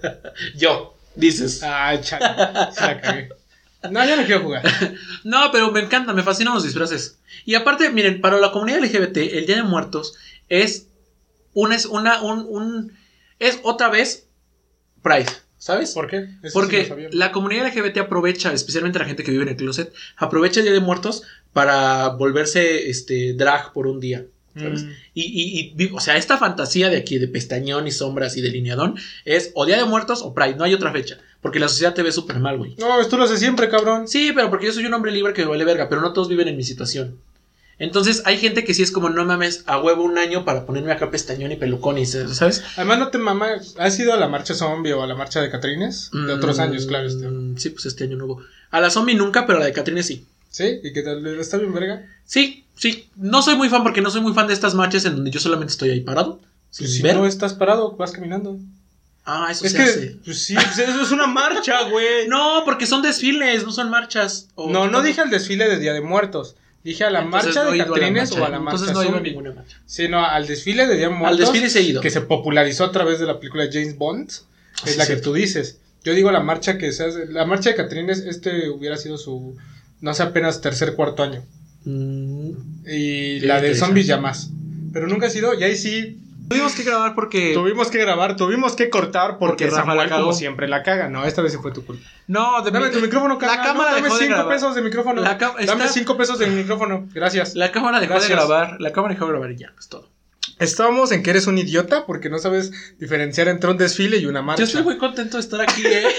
Yo, dices. Ah, chale, se la cagué. No, yo no quiero jugar. No, pero me encanta, me fascinan los disfraces. Y aparte, miren, para la comunidad L G B T, el Día de Muertos es una, es una, un, un, es otra vez Pride, ¿sabes? ¿Por qué? Eso Porque sí la comunidad L G B T aprovecha, especialmente la gente que vive en el closet, aprovecha el Día de Muertos para volverse este drag por un día, ¿sabes? Mm. Y, y, y, o sea, esta fantasía de aquí, de pestañón y sombras y delineadón, es o Día de Muertos o Pride, no hay otra fecha. Porque la sociedad te ve súper mal, güey. No, esto lo hace siempre, cabrón. Sí, pero porque yo soy un hombre libre que me vale verga, pero no todos viven en mi situación. Entonces hay gente que sí es como, no mames, a huevo un año para ponerme acá pestañón y pelucón y, ¿sabes? Además no te mamas, ¿has ido a la marcha zombie o a la marcha de Catrines? De mm, otros años, claro. Este. Sí, pues este año no hubo. A la zombie nunca, pero a la de Catrines sí. ¿Sí? ¿Y qué tal? ¿Está bien verga? Sí, sí. No soy muy fan porque no soy muy fan de estas marchas en donde yo solamente estoy ahí parado. Sin pues si ver. No estás parado, vas caminando. Ah, eso es se que, hace. Pues sí, pues eso es una marcha, güey. No, porque son desfiles, no son marchas. O no, no dije el desfile de Día de Muertos. Dije a la entonces marcha no de Catrines o a la marcha Entonces no he ido a zombie. ninguna marcha. Sí, no, al desfile de Día de Muertos. Al desfile se he ido. Que se popularizó a través de la película de James Bond. Es sí, la que sí. Tú dices. Yo digo la marcha que se hace. La marcha de Catrines, este hubiera sido su, no sé, apenas tercer, cuarto año. Mm. Y la de zombies ya más. Pero nunca ha sido, y ahí sí. Tuvimos que grabar porque... Tuvimos que grabar, tuvimos que cortar porque, porque Samuel como siempre la caga. No, esta vez sí fue tu culpa. No, de dame mi... tu micrófono, la cámara no, dame dejó cinco de pesos de micrófono. La ca... Dame está... cinco pesos de micrófono. Gracias. La cámara dejó Gracias. de grabar. La cámara dejó de grabar y ya, es todo. Estábamos en que eres un idiota porque no sabes diferenciar entre un desfile y una marcha. Yo estoy muy contento de estar aquí, eh.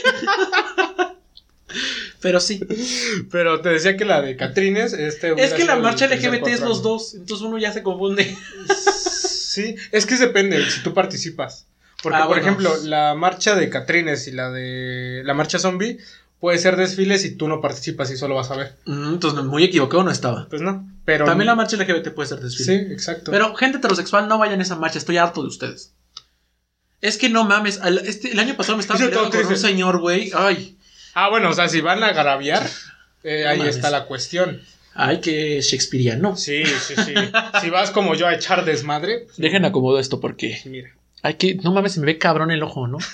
Pero sí. Pero te decía que la de Catrines este es que la marcha L G B T es los dos. Entonces uno ya se confunde. Sí, es que depende si tú participas. Porque, ah, por bueno. ejemplo, la marcha de Catrines y la de la marcha zombie puede ser desfile si tú no participas y solo vas a ver. Mm, entonces, muy equivocado no estaba. Pues no, pero... También la marcha L G B T puede ser desfile. Sí, exacto. Pero, gente heterosexual, no vayan a esa marcha, estoy harto de ustedes. Es que no mames, el, este, el año pasado me estaba peleando con un señor, güey, ay. Ah, bueno, o sea, si van a agraviar, eh, no ahí mames. Está la cuestión. Ay, que shakespeariano. Sí, sí, sí. Si vas como yo a echar desmadre. Pues, dejen acomodo esto porque. Mira. Ay, que. No mames, se me ve cabrón el ojo, ¿no?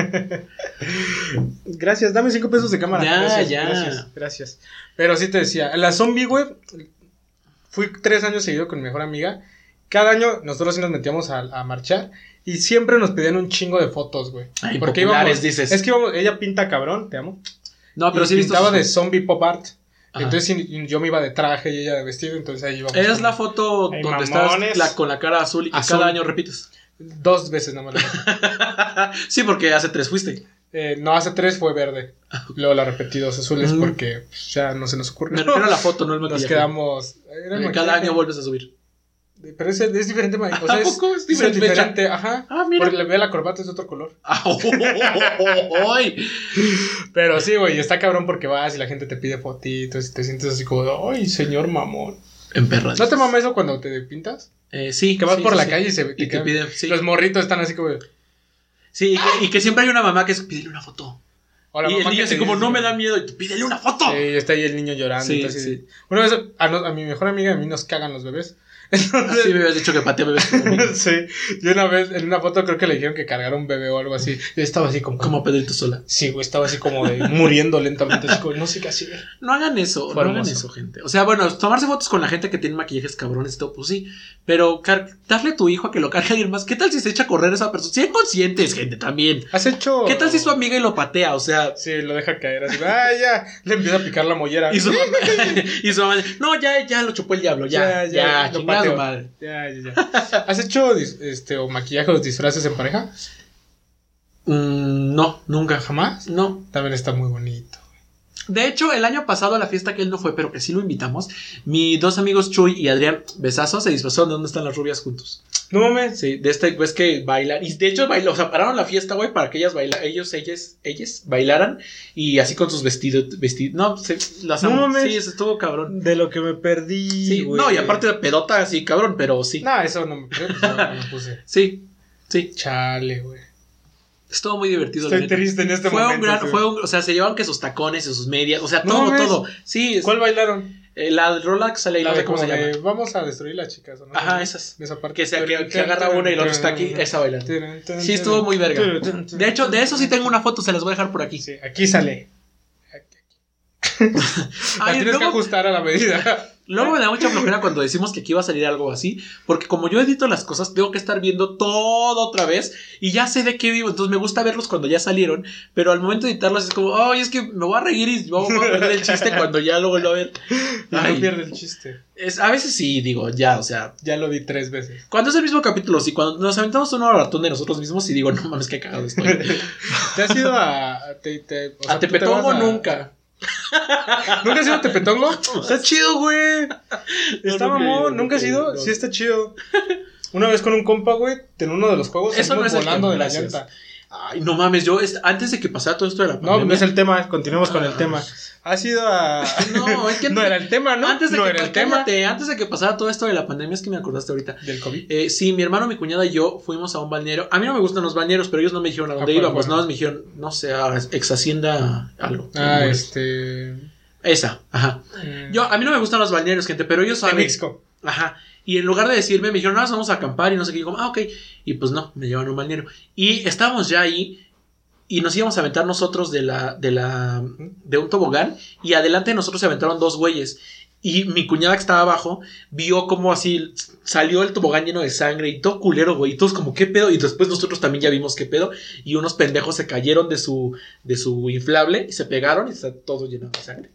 Gracias, dame cinco pesos de cámara. Ya, gracias, ya. Gracias, gracias. Pero sí te decía, la zombie, güey. Fui tres años seguido con mi mejor amiga. Cada año nosotros sí nos metíamos a, a marchar. Y siempre nos pedían un chingo de fotos, güey. Ay, porque íbamos, dices. Es que íbamos, ella pinta cabrón, te amo. No, pero y sí pintaba de zombie pop art. Ajá. Entonces yo me iba de traje y ella de vestido, entonces ahí íbamos. Es la foto Ay, donde mamones. estás la, con la cara azul y que azul. Cada año repites. Dos veces nada más. Sí, porque hace tres fuiste. Eh, no, hace tres fue verde. Luego la repetí dos azules mm. porque pues, ya no se nos ocurre. Me refiero a la foto, no el maquillaje. Nos quedamos... Eh, cada año vuelves a subir. Pero es, es diferente, o sea, ¿A poco es diferente? Es diferente, ajá. Ah, mira. Porque la, la corbata es de otro color. Ah, oh, oh, oh, oh. Pero sí, güey, está cabrón porque vas y la gente te pide fotitos y te sientes así como, ay, señor mamón. Emperrado. ¿No te mama eso cuando te pintas? Eh, sí. Que vas sí, por sí, la sí. calle y se y te piden, sí. Los morritos están así como... Sí, y que, y que siempre hay una mamá que es, pídele una foto. La y el niño así como, no me da miedo, y tú, pídele una foto. Sí, está ahí el niño llorando. Sí, entonces, sí. Una vez a, a mi mejor amiga y a mí nos cagan los bebés. Entonces, así me habías dicho que patea bebés. Sí, yo una vez en una foto creo que le dijeron que cargara un bebé o algo así. Yo estaba así como... Como Pedrito Sola. Sí, güey, estaba así como de muriendo lentamente, así como, no sé qué hacer. No hagan eso, Fue no hermoso. hagan eso, gente. O sea, bueno, tomarse fotos con la gente que tiene maquillajes cabrones y todo, pues sí. Pero car- darle a tu hijo a que lo cargue a alguien más. ¿Qué tal si se echa a correr esa persona? Sean conscientes, gente, también. ¿Has hecho...? ¿Qué tal si su amiga y lo patea? O sea... Sí, lo deja caer así. Ah, ya. Le empieza a picar la mollera. Y su mamá... y su mamá... No, ya, ya lo chupó el diablo. Ya, ya, ya. ya chingada su madre. Ya, ya, ya. ¿Has hecho este, o maquillaje o disfraces en pareja? Mm, no, nunca. ¿Jamás? No. También está muy bonito. De hecho, el año pasado a la fiesta que él no fue, pero que sí lo invitamos, mis dos amigos Chuy y Adrián Besazo se disfrazaron de ¿Dónde están las rubias? Juntos. No mames. Sí, de este pues que bailan. Y de hecho bailó, o sea, pararon la fiesta, güey, para que ellas bailaran, ellos, ellas, ellas bailaran. Y así con sus vestidos, vestidos. No, se, las no amo. mames. Sí, eso estuvo cabrón. De lo que me perdí. Sí, güey. No, y aparte de pedota, así, cabrón, pero sí. No, eso no me creo que no me puse. Sí, sí. Chale, güey. Estuvo muy divertido. Estoy triste en este fue momento. Un gran, sí. fue un, o sea, se llevaban que sus tacones y sus medias, o sea, no todo, mames. todo. Sí. ¿Cuál bailaron? Eh, la rola que sale ahí, la no sé de cómo se llama. De, vamos a destruir las chicas, ¿no? Ajá, esas. De esa parte. Que se, que, que agarra una y la otra está aquí, esa bailando. Sí, estuvo muy verga. De hecho, de eso sí tengo una foto, se las voy a dejar por aquí. Sí, aquí sale. Aquí. Ay, tienes luego, que ajustar a la medida. Luego me da mucha flojera cuando decimos que aquí va a salir algo así, porque como yo edito las cosas, tengo que estar viendo todo otra vez y ya sé de qué vivo, entonces me gusta verlos cuando ya salieron, pero al momento de editarlos es como, ay, es que me voy a reír y voy a perder el chiste cuando ya lo vuelvo a ver. Ay, no pierde el chiste. Es, a veces sí, digo, ya, o sea. Ya lo vi tres veces. Cuando es el mismo capítulo, sí, cuando nos aventamos una maratón de nosotros mismos y digo, no mames, qué cagado estoy. ¿Te has ido a... Te, te, o sea, a Tepetongo a... nunca. ¿Nunca has ido a Tepetongo? Está chido, güey. Está no, mamón. No, ¿Nunca has ido? No. Sí, está chido. Una vez con un compa, güey, en uno de los juegos, eso no es volando el de la llanta. Ay, no mames, yo es, antes de que pasara todo esto de la pandemia. No, no es el tema, continuemos ah. con el tema. ¿Has ido a...? No, es que no era el tema, ¿no? Antes de no que, era el cállate, tema. Antes de que pasara todo esto de la pandemia, es que me acordaste ahorita. ¿Del COVID? Eh, sí, mi hermano, mi cuñada y yo fuimos a un balneario. A mí no me gustan los balnearios, pero ellos no me dijeron a dónde ah, íbamos. No, me dijeron, no sé, a ex hacienda algo. Ah, este... Esa, ajá. Mm. Yo, a mí no me gustan los balnearios, gente, pero ellos saben. México. Ajá. Y en lugar de decirme, me dijeron, no, vamos a acampar y no sé qué. Y yo, como, ah, ok. Y pues no, me llevan a un balneario. Y estábamos ya ahí y nos íbamos a aventar nosotros de la, de la, de un tobogán. Y adelante de nosotros se aventaron dos güeyes. Y mi cuñada que estaba abajo vio como así salió el tobogán lleno de sangre y todo culero, güey. Y todos como, ¿qué pedo? Y después nosotros también ya vimos qué pedo. Y unos pendejos se cayeron de su, de su inflable y se pegaron y está todo lleno de sangre.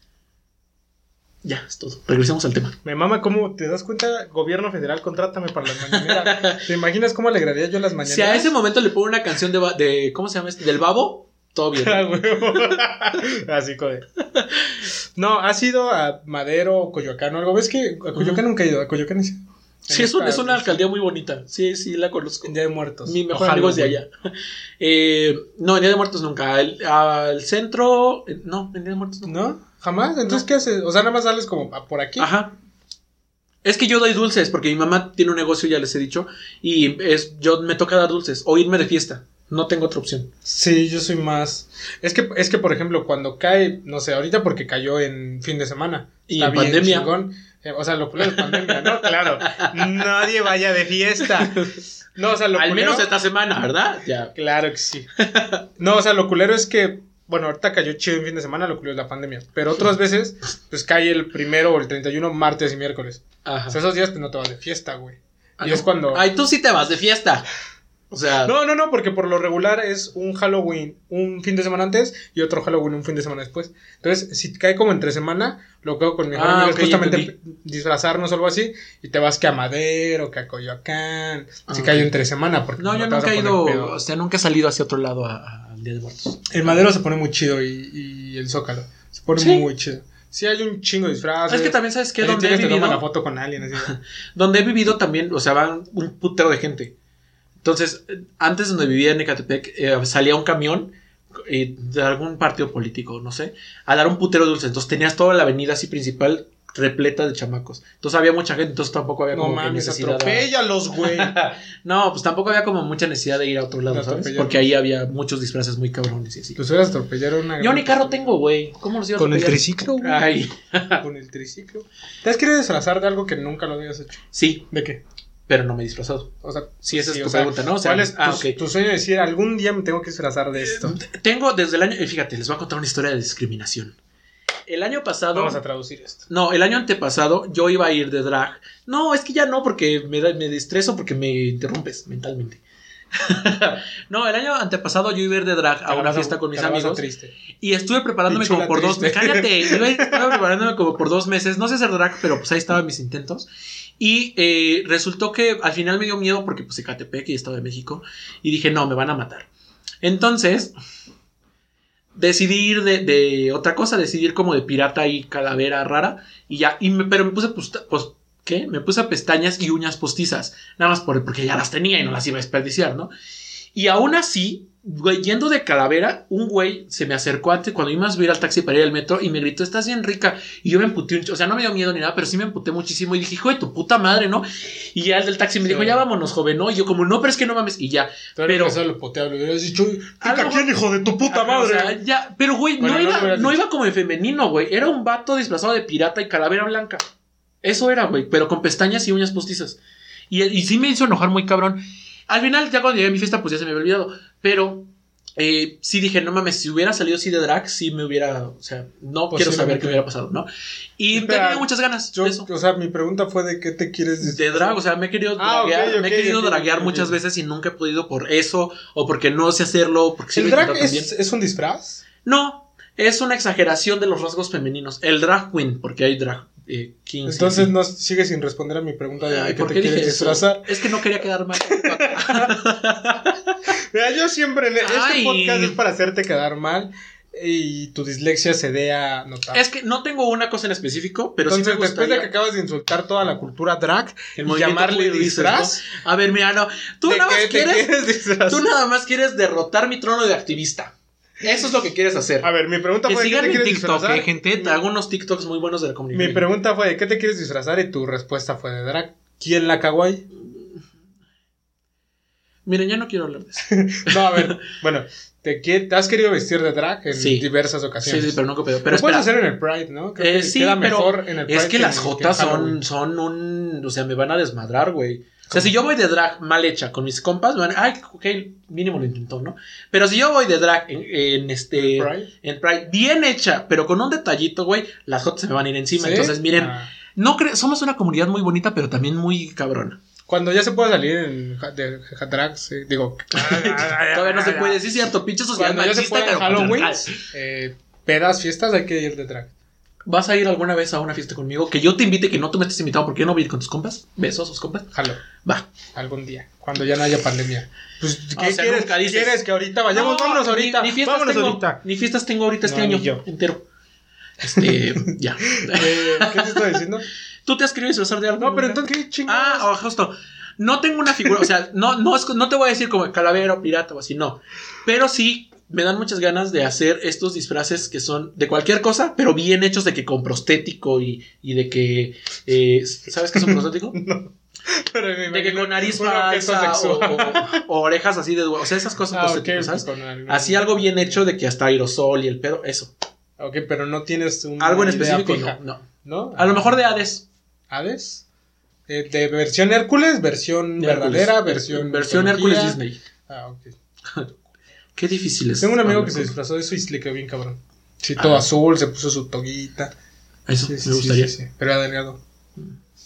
Ya, es todo. Regresemos al tema. Me mama cómo, ¿te das cuenta? Gobierno federal, contrátame para las mañaneras. ¿Te imaginas cómo alegraría yo las mañaneras? Si a ese momento le pongo una canción de, de ¿cómo se llama este? Del Babo, todo bien. Así, code. No, ¿has ido a Madero o Coyoacán o algo? ¿Ves que a Coyoacán uh-huh. nunca he ido? ¿A Coyoacán es? Sí, es, un, es una alcaldía muy bonita. Sí, sí, la conozco. En Día de Muertos. Mi mejor amigo es de allá. Eh, no, en Día de Muertos nunca. El, al centro, no, en Día de Muertos nunca. ¿No? ¿Jamás? Entonces, no. ¿Qué haces? O sea, nada más sales como por aquí. Ajá. Es que yo doy dulces porque mi mamá tiene un negocio, ya les he dicho. Y es, yo me toca dar dulces o irme de fiesta. No tengo otra opción. Sí, yo soy más. Es que, es que por ejemplo, cuando cae, no sé, ahorita porque cayó en fin de semana. Y en pandemia. Chingón. O sea, lo culero es pandemia, ¿no? Claro. Nadie vaya de fiesta. No, o sea, lo Al culero... menos esta semana, ¿verdad? Ya. Claro que sí. No, o sea, lo culero es que, bueno, ahorita cayó chido en fin de semana, lo culero es la pandemia. Pero otras veces, pues cae el primero o el treinta y uno, martes y miércoles. Ajá. O sea, esos días pues, no te vas de fiesta, güey. Ah, y no. es cuando... Ay, tú sí te vas de fiesta. O sea... No, no, no, porque por lo regular es un Halloween un fin de semana antes y otro Halloween un fin de semana después. Entonces, si cae como entre semana, lo que hago con mi mejor Ah, amigo ok, es justamente entendí. disfrazarnos o algo así y te vas que a Madero, que a Coyoacán, Ah, si ok. cae entre semana. Porque No, yo te vas nunca a he poner ido, pedo. o sea, nunca he salido hacia otro lado a- a- al Día de Muertos. El Madero se pone muy chido y, y el Zócalo se pone ¿Sí? muy chido. Sí, hay un chingo de disfraces. Es que también, ¿sabes qué? Ahí Donde he tienes, te toman la vivido, foto con alguien así. donde he vivido también, o sea, van un putero de gente. Entonces, eh, antes donde vivía en Ecatepec, eh, salía un camión eh, de algún partido político, no sé, a dar un putero de dulces. Entonces tenías toda la avenida así principal repleta de chamacos. Entonces había mucha gente, entonces tampoco había No como que mames, necesidad. atropéllalos, güey. No, pues tampoco había como mucha necesidad de ir a otro lado, De ¿sabes? atropellarlos. Porque ahí había muchos disfraces muy cabrones y así. Los hubieras atropellado una Yo ni carro tengo, güey. ¿Cómo los iba a Con el atropellar? triciclo, güey. Ay, Con el triciclo. ¿Te has querido disfrazar de algo que nunca lo habías hecho? sí, ¿De qué? pero no me he disfrazado. O sea, Sí, esa es sí, tu o sea, pregunta, ¿no? O sea, ¿cuál es ah, tu, ok. tu sueño de decir algún día me tengo que disfrazar de esto? Eh, Tengo desde el año... eh, Fíjate, les voy a contar una historia de discriminación. El año pasado... Vamos a traducir esto. No, el año antepasado yo iba a ir de drag. No, es que ya no, porque me, da- me distreso, porque me interrumpes mentalmente. No, el año antepasado yo iba a ir de drag a una fiesta con mis amigos. Triste. Y estuve preparándome Pichula como por dos triste. meses. Cállate, iba, estaba preparándome como por dos meses. No sé hacer drag, pero pues ahí estaban mis intentos. Y eh, resultó que al final me dio miedo porque pues Ecatepec y Estado de México. Y dije, no, me van a matar. Entonces, decidí ir de, de otra cosa, decidí ir como de pirata y calavera rara. Y ya, y me, pero me puse pues, pues, ¿qué? Me puse pestañas y uñas postizas. Nada más por, porque ya las tenía y no las iba a desperdiciar, ¿no? Y aún así, güey, yendo de calavera, un güey se me acercó antes cuando iba a subir al taxi para ir al metro y me gritó, estás bien rica. Y yo me emputé, un ch- o sea, no me dio miedo ni nada, pero sí me emputé muchísimo y dije, hijo de tu puta madre, ¿no? Y ya el del taxi me dijo, Sí. ya vámonos, joven, ¿no? Y yo como, no, pero es que no mames. Y ya, Pero pero... eso lo poteado, le hubieras dicho, A lo ¿pica quién, hijo de tu puta Ajá, madre? o sea, ya, pero güey, Bueno, no, no lo iba, hubieras no dicho. iba como en femenino, güey. Era un vato disfrazado de pirata y calavera blanca. Eso era, güey, pero con pestañas y uñas postizas. Y, y sí me hizo enojar muy cabrón. Al final, ya cuando llegué a mi fiesta, pues ya se me había olvidado. Pero eh, sí dije, no mames, si hubiera salido así de drag, sí me hubiera, o sea, no quiero saber qué hubiera pasado, ¿no? Y Espera, tenía muchas ganas Yo, de eso. o sea, mi pregunta fue de qué te quieres De disfrazar. drag, o sea, me he querido Ah, ok, draguear, ok, me he querido ok, draguear ok, muchas ok. veces y nunca he podido por eso, o porque no sé hacerlo, porque sí ¿El lo he drag intentado es, también. es un disfraz? No, es una exageración de los rasgos femeninos. El drag queen, porque hay drag eh, kings. Entonces sí. no sigues sin responder a mi pregunta de Ay, qué ¿por te qué quieres dije eso? disfrazar. Es que no quería quedar mal. Mira, yo siempre, este Ay. podcast es para hacerte quedar mal y tu dislexia se dé a notar. Es que no tengo una cosa en específico, pero Entonces, sí me después gustaría. de que acabas de insultar toda la cultura drag El y movimiento llamarle queer, dices, disfraz, ¿no? A ver, mira, no. Tú ¿de nada más qué te quieres. quieres disfrazar? Tú nada más quieres derrotar mi trono de activista. Eso es lo que quieres hacer. A ver, mi pregunta Que fue ¿de qué sigan te en quieres TikTok, disfrazar? eh, gente. Te hago unos TikToks muy buenos de la comunidad. Mi pregunta fue ¿de qué te quieres disfrazar? Y tu respuesta fue de drag. ¿Quién la cagó ahí? Miren, ya no quiero hablar de eso. No, a ver, bueno, ¿te, qui- te has querido vestir de drag en Sí. diversas Sí, ocasiones? sí, pero no copio. Lo Pero puedes espera. hacer en el Pride, ¿no? Creo Eh, que sí, queda pero mejor en el Pride es que en- las en jotas Halloween. son, son un... O sea, me van a desmadrar, güey. O sea, ¿Cómo? si yo voy de drag mal hecha con mis compas, me van a... Ay, ok, mínimo lo intentó, ¿no? Pero si yo voy de drag en, en este... ¿En Pride? En Pride, bien hecha, pero con un detallito, güey, las jotas se me van a ir encima. ¿Sí? Entonces, miren, Ah. no cre- somos una comunidad muy bonita, pero también muy cabrona. Cuando ya se pueda salir en ja- de ja- drag, sí, digo... Todavía no se puede, sí es cierto, pinche sociedad Cuando ya se machista, pueda en pero Halloween, patriarcal. eh, pedas, fiestas, hay que ir de drag. ¿Vas a ir alguna vez a una fiesta conmigo? Que yo te invite, que no tú me estés invitado, porque yo no voy a ir con tus compas. Besos, sus compas. Jalo, Va. algún día, cuando ya no haya pandemia. Pues, ¿qué O sea, quieres? nunca dices. ¿Quieres que ahorita vayamos? No, vámonos ni- ahorita. Ni, fiestas vámonos tengo, ahorita. Ni fiestas tengo ahorita este No, ni año yo. entero. Este, ya. Eh, ¿Qué te estaba diciendo? ¿Tú te has querido disfrazar de algo? No, pero nunca? entonces, ¿qué chingados? Ah, oh, justo. No tengo una figura, o sea, no, no, es- no te voy a decir como calavera o pirata o así, no. Pero sí me dan muchas ganas de hacer estos disfraces que son de cualquier cosa, pero bien hechos, de que con prostético y, y de que... eh, ¿Sabes qué es un prostético? No. Pero me De que imagino con nariz un objeto falsa o, sexual. o- o orejas así de... O sea, esas cosas Ah, ok, prostéticos, ¿sabes? con algo- Así algo bien hecho de que hasta aerosol y el pedo, eso. Ok, pero no tienes un Algo en específico, no, no. ¿No? A lo mejor de Hades. ¿Hades? Eh, ¿De versión Hércules? ¿Versión De verdadera? Hércules. ¿Versión Versión mitología? Hércules Disney. Ah, ok. Qué difícil es. Tengo un amigo hablar que se con- disfrazó de eso y se le quedó bien cabrón. Sí, todo Ah. azul, se puso su toguita. Eso Sí, sí, me sí, gustaría. sí, sí. Pero era delgado.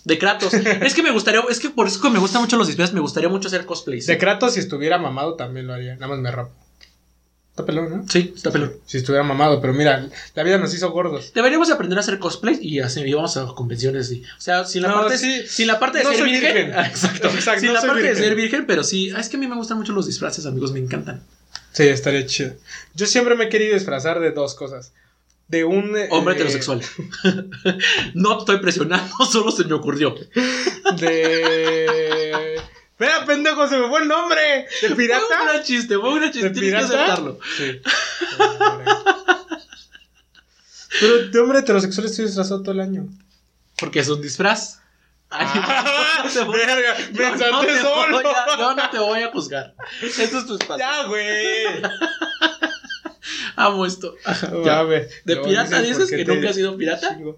De Kratos. Es que me gustaría, es que por eso que me gustan mucho los disfraces, me gustaría mucho hacer cosplays. De Kratos, si estuviera mamado, también lo haría. Nada más me rapo. Está pelón, ¿no? Sí, está pelón. Si estuviera mamado, pero mira, la vida nos hizo gordos. Deberíamos aprender a hacer cosplay y así íbamos a convenciones. Y, o sea, sin la No, parte, sí. sin la parte de No ser soy virgen. virgen. Ah, exacto. Exacto, Sin no la soy parte virgen. de ser virgen, pero sí. Ah, es que a mí me gustan mucho los disfraces, amigos, me encantan. Sí, estaría chido. Yo siempre me he querido disfrazar de dos cosas. De un... Hombre eh, heterosexual. No estoy presionando, solo se me ocurrió. De... Espera, pendejo, se me fue el nombre. ¿De pirata? Fue un chiste, fue un chiste. ¿De Tienes que pirata? aceptarlo. Sí. Pero de hombre heterosexual estoy disfrazado todo el año. Porque es un disfraz. Ay, Ah, no te voy- verga, yo me no salté te solo. voy a- Yo no te voy a juzgar. Esto es tu espacio. Ya, güey. Amo esto. Ya, a ver. ¿De No, pirata dices, dices ¿por qué que te- nunca has sido pirata? Chingo.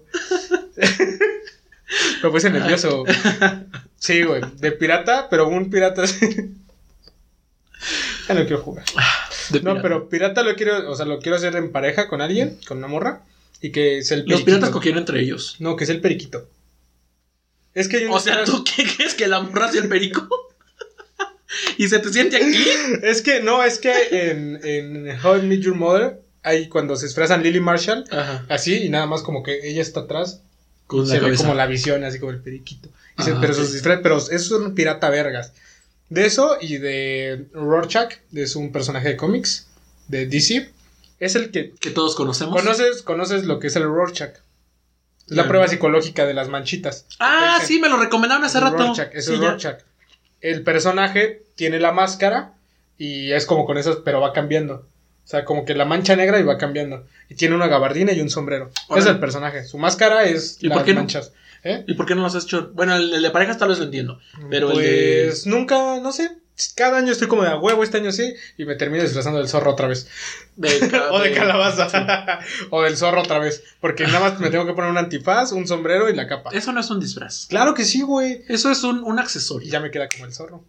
Me puse nervioso. Sí, güey. De pirata, pero un pirata así. Ya no quiero jugar. De No, pirata. pero pirata lo quiero, o sea, lo quiero hacer en pareja con alguien, con una morra, y que es el Los periquito. piratas cogieron entre ellos. No, que es el periquito. Es que hay un O sea, disfraz- ¿tú qué crees que la morra hace el perico? ¿Y se te siente aquí? Es que, no, es que en, en How I Met Your Mother, hay cuando se disfrazan Lily Marshall, Ajá. así, y nada más como que ella está atrás, Con se la ve cabeza. como la visión, así como el periquito. Y se- Ah, pero ok. sus disfraces, pero eso es un pirata vergas. De eso y de Rorschach, es un personaje de cómics de D C. Es el que Que todos conocemos. conoces, conoces lo que es el Rorschach. Es la Ya, prueba no. psicológica de las manchitas. Ah, Te sí, me lo recomendaron hace dicen, rato. Rorschach, es Sí, el ya. Rorschach. El personaje tiene la máscara y es como con esas, pero va cambiando. O sea, como que la mancha negra y va cambiando. Y tiene una gabardina y un sombrero. Órale. Es el personaje. Su máscara es ¿Y las por qué no? manchas. ¿Eh? ¿Y por qué no los has hecho? Bueno, el, el de parejas tal vez lo entiendo. Pero el de. Pues nunca, no sé. Cada año estoy como de a huevo, este año sí. Y me termino disfrazando del zorro otra vez. de ca- O de de- calabaza. O del zorro otra vez. Porque nada más me tengo que poner un antifaz, un sombrero y la capa. Eso no es un disfraz. Claro que sí, güey. Eso es un, un Y accesorio. ya me queda como el zorro.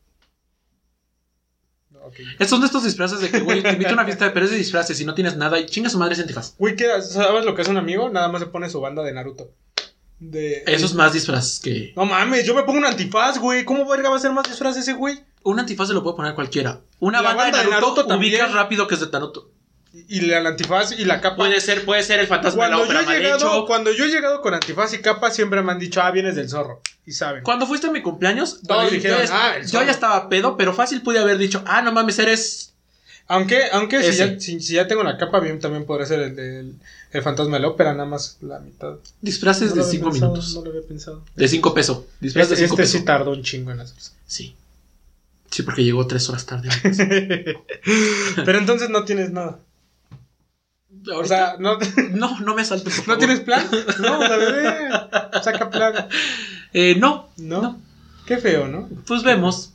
Ok. Estos son de estos disfraces de que, güey, te invito a una fiesta, pero es de disfraces y no tienes nada y chinga su madre ese antifaz. Güey, ¿qué- ¿sabes lo que es un amigo? Nada más se pone su banda de Naruto. De... Eso es más disfraz que. No mames, yo me pongo un antifaz, güey. ¿Cómo verga va a ser más disfraz ese güey? Un antifaz se lo puede poner cualquiera. Una La banda, banda de de Naruto, Naruto ubicas también. rápido que es de Naruto. Y y el antifaz y la capa. Puede ser, puede ser el fantasma de la Cuando yo, ópera he mal llegado, hecho. cuando yo he llegado con antifaz y capa, siempre me han dicho, ah, vienes del zorro. Y saben. Cuando fuiste a mi cumpleaños, Todos bueno, dijeron, yo, ya- "Ah, el yo zorro". ya estaba pedo, pero fácil pude haber dicho, ah, no mames, eres. Aunque, aunque si Ese. ya, si, si ya tengo la capa, bien también podría ser el del el fantasma de la ópera, nada más la mitad. Disfraces No lo de había cinco pensado, minutos. No lo había pensado. De cinco pesos. Disfraz Este, de cinco este pesos. sí tardó un chingo en hacerse. Sí. Sí, porque llegó tres horas tarde. Pero entonces no tienes nada. O Ahorita- sea, no, no, no me salte, por ¿no favor. tienes plan? No, la bebé. Saca plan. Eh, no, ¿No? no. Qué feo, ¿no? Pues vemos.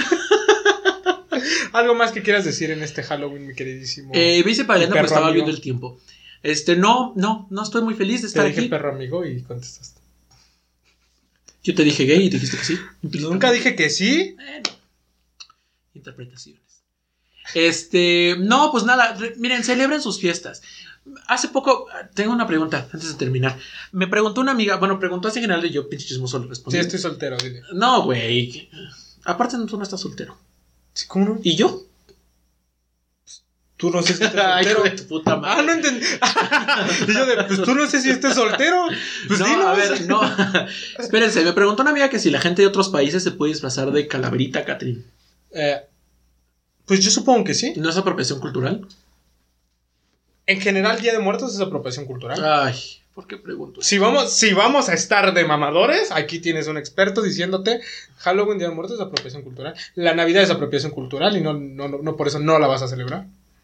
Algo más que quieras decir en este Halloween, mi queridísimo. Eh, me hice para Mi adelante porque perro estaba amigo. viendo el tiempo. Este, no, no, no estoy muy feliz de Te estar dije aquí. perro amigo y contestaste. Yo te dije gay y dijiste que sí. Nunca dije que sí. Bueno, interpretaciones. Este, no, pues nada, re- miren, celebren sus fiestas. Hace poco, tengo una pregunta antes de terminar. Me preguntó una amiga, bueno, preguntó así en general y yo, pinche chismoso, le respondí. Sí, estoy soltero, dile. No, güey. Aparte, tú no estás soltero. Sí, ¿cómo no? ¿Y yo? Tú no sé si estás Ay, soltero. hijo de tu puta madre. Ah, no entendí. Y yo de, pues tú no sé si estés soltero. Pues no, dinos. a ver, no. Espérense, me preguntó una amiga que si la gente de otros países se puede disfrazar de calaverita, Catherine. Eh, pues yo supongo que sí. ¿No es apropiación cultural? En general, Día de Muertos es apropiación cultural. Ay, ¿por qué pregunto? Si vamos, si vamos a estar de mamadores, aquí tienes un experto diciéndote Halloween, Día de Muertos es apropiación cultural. La Navidad es apropiación cultural y no, no, no, no por eso no la vas a celebrar.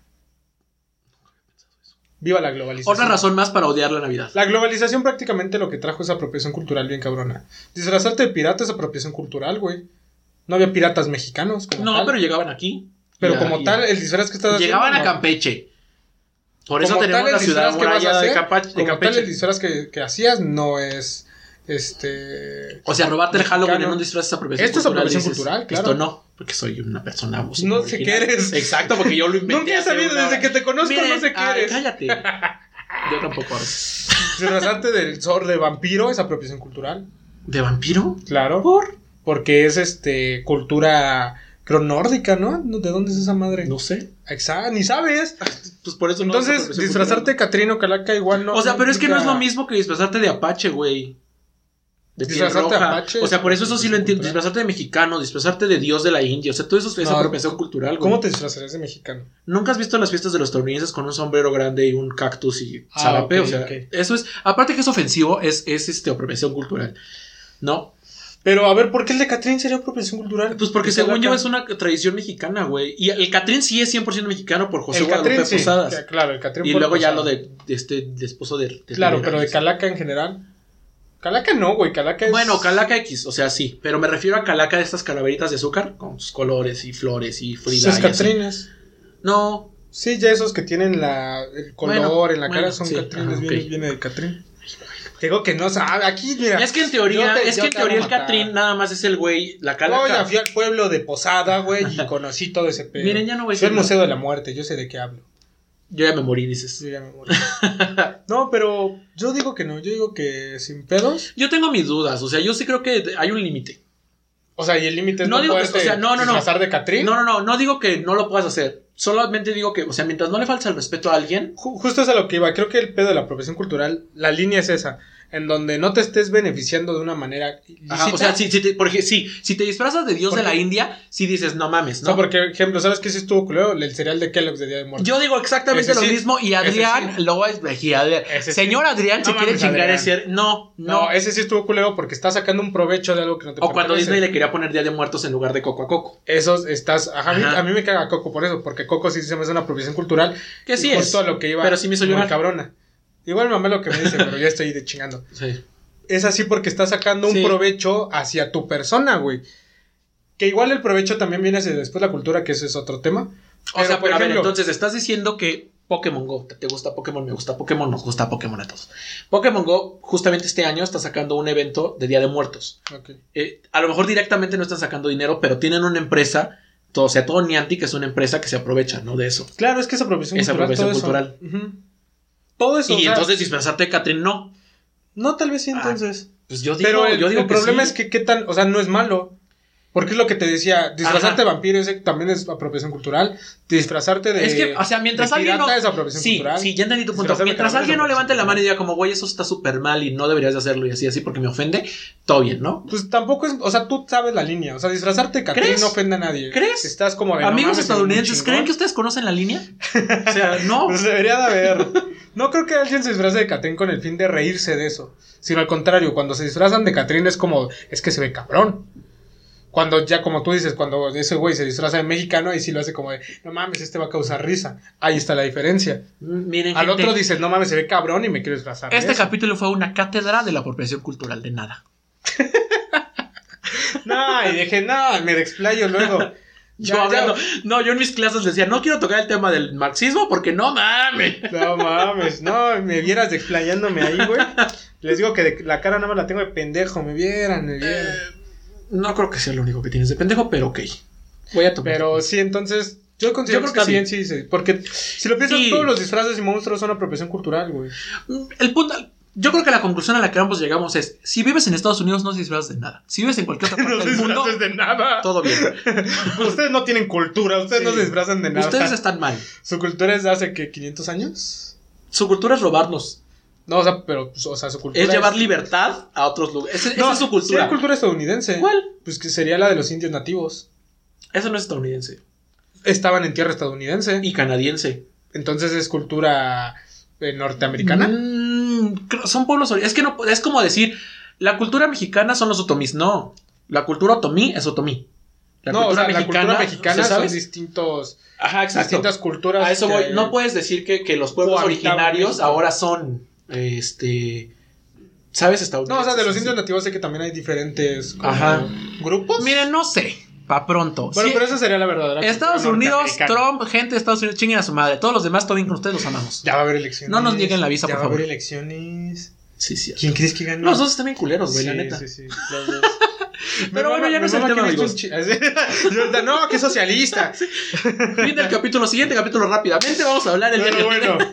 Viva la globalización. Otra razón más para odiar la Navidad. La globalización prácticamente lo que trajo es apropiación cultural bien cabrona. Disfrazarte de pirata es apropiación cultural, güey. No había piratas mexicanos como No, tal. pero llegaban aquí. Pero Ya, como ya. tal, el disfraz que estás haciendo... Llegaban a no. Campeche. Por eso Como tenemos tal, el la ciudad disfraz que vas a muralla de, hacer, Capa- de como Campeche. tal, el disfraz que, que hacías no es... Este... O sea, robarte el Halloween mexicano. en un disfraz es apropiación Esto es cultural. apropiación dices, cultural, claro. Esto no, porque soy una persona música No sé original. qué eres. Exacto, porque yo lo inventé. Nunca he hace sabido, una desde hora. que te conozco Miren, no sé qué ay, eres. cállate. Yo tampoco ahora. Disfrazarte del zorro de vampiro es apropiación cultural. ¿De vampiro? Claro. ¿Por? Porque es este cultura, creo, nórdica, ¿no? ¿De dónde es esa madre? No sé. Exacto, ni sabes. Pues por eso no. Entonces, disfrazarte de Catrín o Calaca igual no. O sea, pero es que no es lo implica- mismo que disfrazarte de Apache, güey. De piel Disfrazarte de roja. Apache O sea, es por eso eso sí lo entiendo. cultural. Disfrazarte de mexicano, disfrazarte de dios de la India. O sea, todo eso es No, apropiación cultural, güey. ¿Cómo te disfrazarías de mexicano? ¿Nunca has visto las fiestas de los estadounidenses con un sombrero grande y un cactus y Ah, zarape? ok, O sea, ok. eso es. Aparte que es ofensivo, es, es este, apropiación cultural. ¿No? Pero a ver, ¿por qué el de Catrín sería apropiación cultural? Pues porque ¿Y según yo Calaca? es una tradición mexicana, güey. Y el Catrín sí es cien por ciento mexicano por José El Guadalupe Catrín, sí. Posadas. que- Claro, el Catrín. Y por luego ya Posadas. lo de, de este de esposo de, de Claro, Rivera, pero de sí. Calaca en general. Calaca no, güey. Calaca es. Bueno, Calaca X, o sea, sí. Pero me refiero a Calaca de estas calaveritas de azúcar con sus colores y flores y Frida. Esos y así. Catrines. No. Sí, ya esos que tienen la, el color Bueno, en la cara bueno, son sí, Catrines. ajá, viene, ok. viene de Catrín. Digo que no sabe. Aquí, mira. Es que en teoría, yo te- es yo que en te hago teoría el matar. Catrín nada más es el güey, la Yo Calaca. ya fui al pueblo de Posada, güey, y conocí todo ese pedo. Miren, ya no voy a Fui al decir Museo de la Muerte, yo sé de qué hablo. Yo ya me morí, dices. Yo ya me morí. No, pero yo digo que no, yo digo que sin pedos. Yo tengo mis dudas, o sea, yo sí creo que hay un límite. O sea, y el límite es No no, digo que- poderte o sea, no, no, no. disfrazar de Catrín. No, no, no, no digo que no lo puedas hacer. Solamente digo que, o sea, mientras no le falta el respeto a alguien. Ju- Justo es a lo que iba. Creo que el pedo de la apropiación cultural, la línea es esa. En donde no te estés beneficiando de una manera ilícita. Ajá, o sea, si, si te, porque, sí, si te disfrazas de Dios Porque- de la India, sí dices, no mames, O sea, ¿no? porque, ejemplo, ¿sabes qué sí estuvo culero? El cereal de Kellogg's de Día de Muertos. Yo digo exactamente Ese lo sí, mismo y ese Adrián sí. lo va a decir. Adrián, Ese sí. Señor Adrián, No si quiere mames, chingar Adrián. ese. No, no. No, ese sí estuvo culero porque está sacando un provecho de algo que no te O cuando pertenece. Disney le quería poner Día de Muertos en lugar de Coco a Coco. Esos estás. Ajá, a mí, Ajá. a mí me caga Coco por eso, porque Coco sí se me hace una apropiación cultural. Que sí y es. justo a lo que iba. Pero sí me hizo muy llorar. cabrona. Igual mamá lo que me dice, pero ya estoy de chingando. Sí. Es así porque está sacando un Sí. provecho hacia tu persona, güey. Que igual el provecho también viene hacia después la cultura, que ese es otro tema. O sea, por pero a ver, ejemplo, entonces estás diciendo que Pokémon Go, ¿te gusta Pokémon? Me gusta Pokémon, nos gusta Pokémon a todos. Pokémon Go, justamente este año, está sacando un evento de Día de Muertos. ok. Eh, a lo mejor directamente no están sacando dinero, pero tienen una empresa, todo, o sea, todo Niantic es una empresa que se aprovecha, ¿no? De eso. Claro, es que es apropiación Es cultural. apropiación todo eso. cultural. Ujú. Todo eso. Y o sea, entonces disfrazarte de Catrín, no. No, tal vez sí, Ah, entonces. Pues yo digo, Pero el, yo digo el que problema sí. es que qué tan, o sea, no es malo. Porque es lo que te decía, disfrazarte Ajá. de vampiro ese también es apropiación cultural. Disfrazarte de Es que, o sea, mientras de alguien no. pirata es apropiación Sí, cultural. sí, ya entendí tu punto. Disfrazarme de Mientras cabrón es alguien no levante apropiación la mano y cultural. diga, como, güey, eso está súper mal y no deberías de hacerlo y así, así porque me ofende, todo bien, ¿no? Pues tampoco es, o sea, tú sabes la línea. O sea, disfrazarte de Catrín ¿Crees? no ofende a nadie. ¿Crees? Estás como de, no Amigos mames, estadounidenses, muy ¿creen que chingón. ustedes conocen la línea? O sea, no. Pues debería de haber. No creo que alguien se disfrace de Catrín con el fin de reírse de eso. Sino al contrario, cuando se disfrazan de Catrín es como, es que se ve cabrón. Cuando ya, como tú dices, cuando ese güey se disfraza de mexicano, ahí sí lo hace como de, no mames, este va a causar risa. Ahí está la diferencia. Miren, Al gente, otro dices, no mames, se ve cabrón y me quiero disfrazar. de este eso. capítulo fue una cátedra de la apropiación cultural de nada. No, y dije, no, me explayo luego. Yo Ya, hablando, ya. no, yo en mis clases decía, no quiero tocar el tema del marxismo porque no mames. No mames, no, me vieras explayándome ahí, güey. Les digo que de- la cara nada más la tengo de pendejo, me vieran, me vieran. No creo que sea lo único que tienes de pendejo, pero ok. Voy a tomar. Pero sí, entonces, yo considero Yo creo que está que bien, sí, sí. Porque si lo piensas, Sí. todos los disfraces y monstruos son apropiación cultural, güey. El punto, yo creo que la conclusión a la que ambos llegamos es, si vives en Estados Unidos no te disfrazas de nada. Si vives en cualquier otra parte No se del mundo, disfraces de nada. todo bien. Ustedes no tienen cultura, ustedes Sí. no se disfrazan de nada. Ustedes están mal. Su cultura es de hace, ¿qué? ¿quinientos años? Su cultura es robarnos. No, o sea, pero, pues, o sea, su cultura Es llevar libertad a otros lugares. Ese- No, esa es su sí cultura. hay cultura estadounidense. ¿Cuál? Pues que sería la de los indios nativos. Eso no es estadounidense. Estaban en tierra estadounidense. Y canadiense. Entonces es cultura eh, norteamericana. Mm, creo- son pueblos ori- Es que no es como decir, la cultura mexicana son los otomís. No. La cultura otomí es otomí. La no, o sea, la cultura mexicana ¿sí son sabes? distintos, Ajá, exacto. distintas culturas. A eso que- voy. No puedes decir que, que los pueblos cohabitaban originarios México. ahora son, este, ¿sabes? Estadounidenses. No, o sea, de los Sí, indios sí. nativos sé que también hay diferentes como, Ajá. grupos. Miren, no sé. Pa' pronto. Bueno, Sí, pero esa sería la verdadera. Estados cultura Unidos, norteamericana. Trump, gente de Estados Unidos, chinguen a su madre. Todos los demás, todo bien con ustedes, los amamos. Ya va a haber elecciones. No nos nieguen la visa, ya por va favor. a haber elecciones. Sí, sí. ¿Quién crees que gane? Los dos están bien culeros, güey, sí, la neta. Sí, sí, los dos. Pero Me bueno, mama- ya no me es el mama tema, que he visto amigos. un chi- así- Yo ahorita, no, que socialista. Fin del capítulo, siguiente capítulo rápidamente. Vamos a hablar el día Pero que viene. bueno.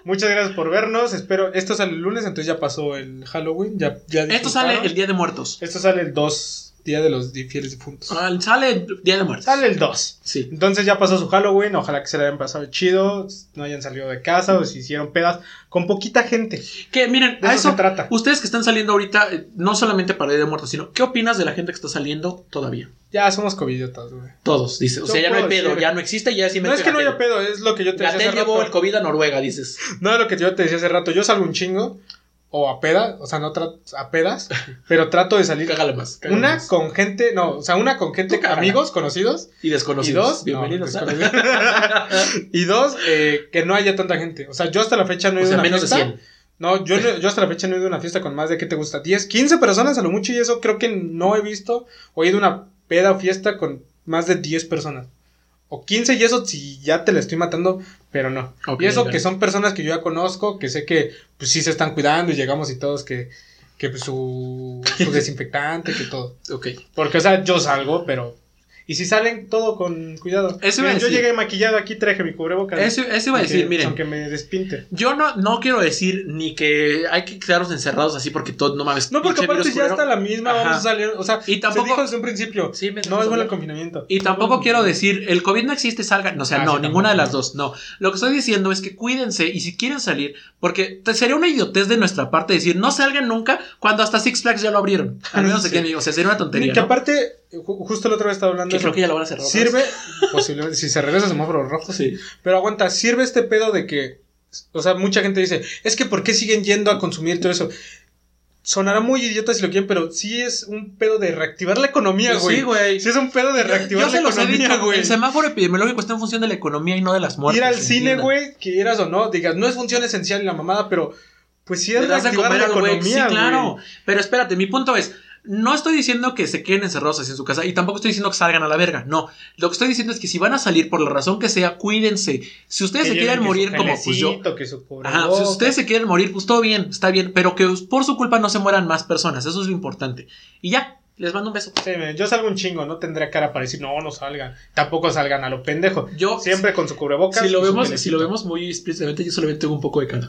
Muchas gracias por vernos. Espero. Esto sale el lunes, entonces ya pasó el Halloween. Ya, ya Esto sale el Día de Muertos. Esto sale el dos. Día de los fieles difuntos. Ah, sale el Día de Muertos. Sale el dos. Sí. Entonces ya pasó su Halloween. Ojalá que se le hayan pasado chido. No hayan salido de casa o se hicieron pedas con poquita gente. Que miren, De a eso eso, se trata. ustedes que están saliendo ahorita, eh, no solamente para el Día de Muertos, sino ¿qué opinas de la gente que está saliendo todavía? Ya somos covidiotas, güey. Todos, dice. O Yo sea, ya no hay puedo pedo, decir- ya no existe, ya sí me No es que no haya pedo, es lo que yo te decía Gatel hace llevó rato. el COVID a Noruega, dices. No es lo que yo te decía hace rato. Yo salgo un chingo. O a pedas. O sea, no trato a pedas. Pero trato de salir. Cágale más. cágale Una más. con gente. No, o sea, una con gente. Tú cágala. Amigos, conocidos. Y desconocidos. Y dos. Bienvenidos. no, a- desconocidos. Y dos, eh, que no haya tanta gente. O sea, yo hasta la fecha no he O ido sea, a una menos de fiesta. cien. No, yo, no- yo hasta la fecha no he ido a una fiesta con más de, ¿qué te gusta? diez, quince personas a lo mucho, y eso creo que no he visto o he ido a una peda o fiesta con más de diez personas. O quince, y eso si ya te la estoy matando, pero no. Ok, y eso vale. que son personas que yo ya conozco, que sé que pues sí se están cuidando y llegamos y todos que, que pues, su, su desinfectante, que todo. Ok. Porque, o sea, yo salgo, pero... Y si salen, todo con cuidado. Eso iba a Miren, yo decir. llegué maquillado aquí, traje mi cubrebocas. Eso, eso iba a aunque- decir, miren. Aunque me despinte. Yo no, no quiero decir ni que hay que quedarnos encerrados así porque todo, no mames. No, porque pinche aparte virus ya culero. está la misma, Ajá. vamos a salir, o sea, Y tampoco- se dijo desde un principio, Sí, me- no es bueno hablar. el confinamiento. Y tampoco quiero decir, el COVID no existe, salgan. O sea, Ah, no, sí, ninguna de las tampoco. dos, no. Lo que estoy diciendo es que cuídense y si quieren salir, porque te- sería una idiotez de nuestra parte decir, no salgan nunca cuando hasta Six Flags ya lo abrieron. Al menos Sí. aquí, amigo, o sea, sería una tontería. que ¿no? aparte, ju- justo la otra vez estaba hablando Que de creo eso. que ya lo van a cerrar. otra Sirve, vez. posiblemente, si se regresa semáforo rojo, Sí. pero aguanta, sirve este pedo de que, o sea, mucha gente dice, es que ¿por qué siguen yendo a consumir todo eso? Sonará muy idiota si lo quieren, pero sí es un pedo de reactivar la economía, Pues güey. sí, güey. Sí es un pedo de Yo- reactivar yo se la los he economía, dicho, güey. el semáforo epidemiológico está en función de la economía y no de las muertes. Ir al ¿se cine, entienda? güey, quieras o no, digas, no es función esencial y la mamada, pero pues sí es Le das de reactivar comer la al güey. economía, Sí, claro. güey. Pero espérate, mi punto es, no estoy diciendo que se queden encerrados así en su casa y tampoco estoy diciendo que salgan a la verga. No, lo que estoy diciendo es que si van a salir por la razón que sea, cuídense. Si ustedes Que se lleven quieren que morir su como pues yo. gelecito, que su Ajá, cubrebocas. si ustedes se quieren morir, pues todo bien, está bien, pero que por su culpa no se mueran más personas, eso es lo importante. Y ya, les mando un beso. Sí, miren, yo salgo un chingo, no tendría cara para decir, no, no salgan. Tampoco salgan a lo pendejo. Yo Siempre con su cubrebocas. Si lo y su vemos, gelecito. si lo vemos muy explícitamente, yo solamente tengo un poco de cara.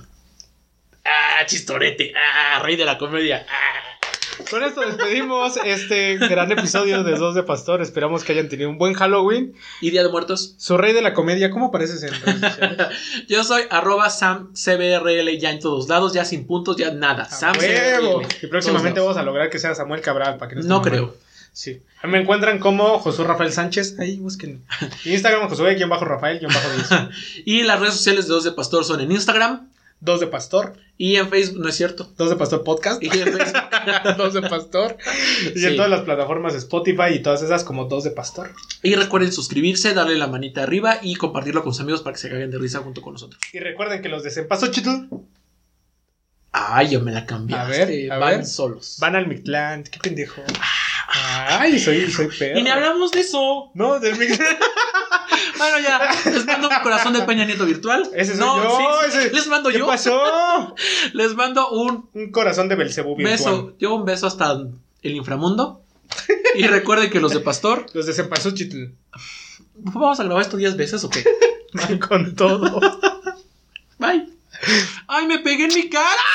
Ah, chistorete, ah, rey de la comedia. Ah. Con esto despedimos este gran episodio de Dos de Pastor. Esperamos que hayan tenido un buen Halloween. ¿Y Día de Muertos? Su rey de la comedia, ¿cómo apareces en redes sociales? Yo soy arroba Sam C B R L ya en todos lados, ya sin puntos, ya nada. ¡A Sam huevo! C B R L. Y próximamente Todos vamos a lograr que sea Samuel Cabral para que No esté creo. mal. Sí. A mí me encuentran como Josué Rafael Sánchez. Ahí busquen. Instagram Josué, guión bajo Rafael, guión bajo diez. Y las redes sociales de Dos de Pastor son en Instagram Dos de Pastor. y en Facebook, no es cierto. Dos de Pastor Podcast. Y en Facebook. Dos de Pastor. Y Sí. en todas las plataformas Spotify y todas esas como Dos de Pastor. Y recuerden suscribirse, darle la manita arriba y compartirlo con sus amigos para que se caguen de risa junto con nosotros. Y recuerden que los de Cempasúchitl Ay, yo me la cambiaste. A ver, a Van ver. solos. van al Mictlán. Qué pendejo. Ay, soy, soy perro. Y ni hablamos de eso. No, del Mictlán. Bueno, ya. Les mando un corazón de Peña Nieto virtual. Ese soy no, yo. sí, sí, ese- Les mando ¿Qué yo. pasó? Les mando un Un corazón de Belcebú virtual. beso. Yo un beso hasta el inframundo. Y recuerden que los de Pastor. Los de Cempasúchitl. ¿Vamos a grabar esto diez veces o qué? Van con todo. Bye. ¡Ay, me pegué en mi cara!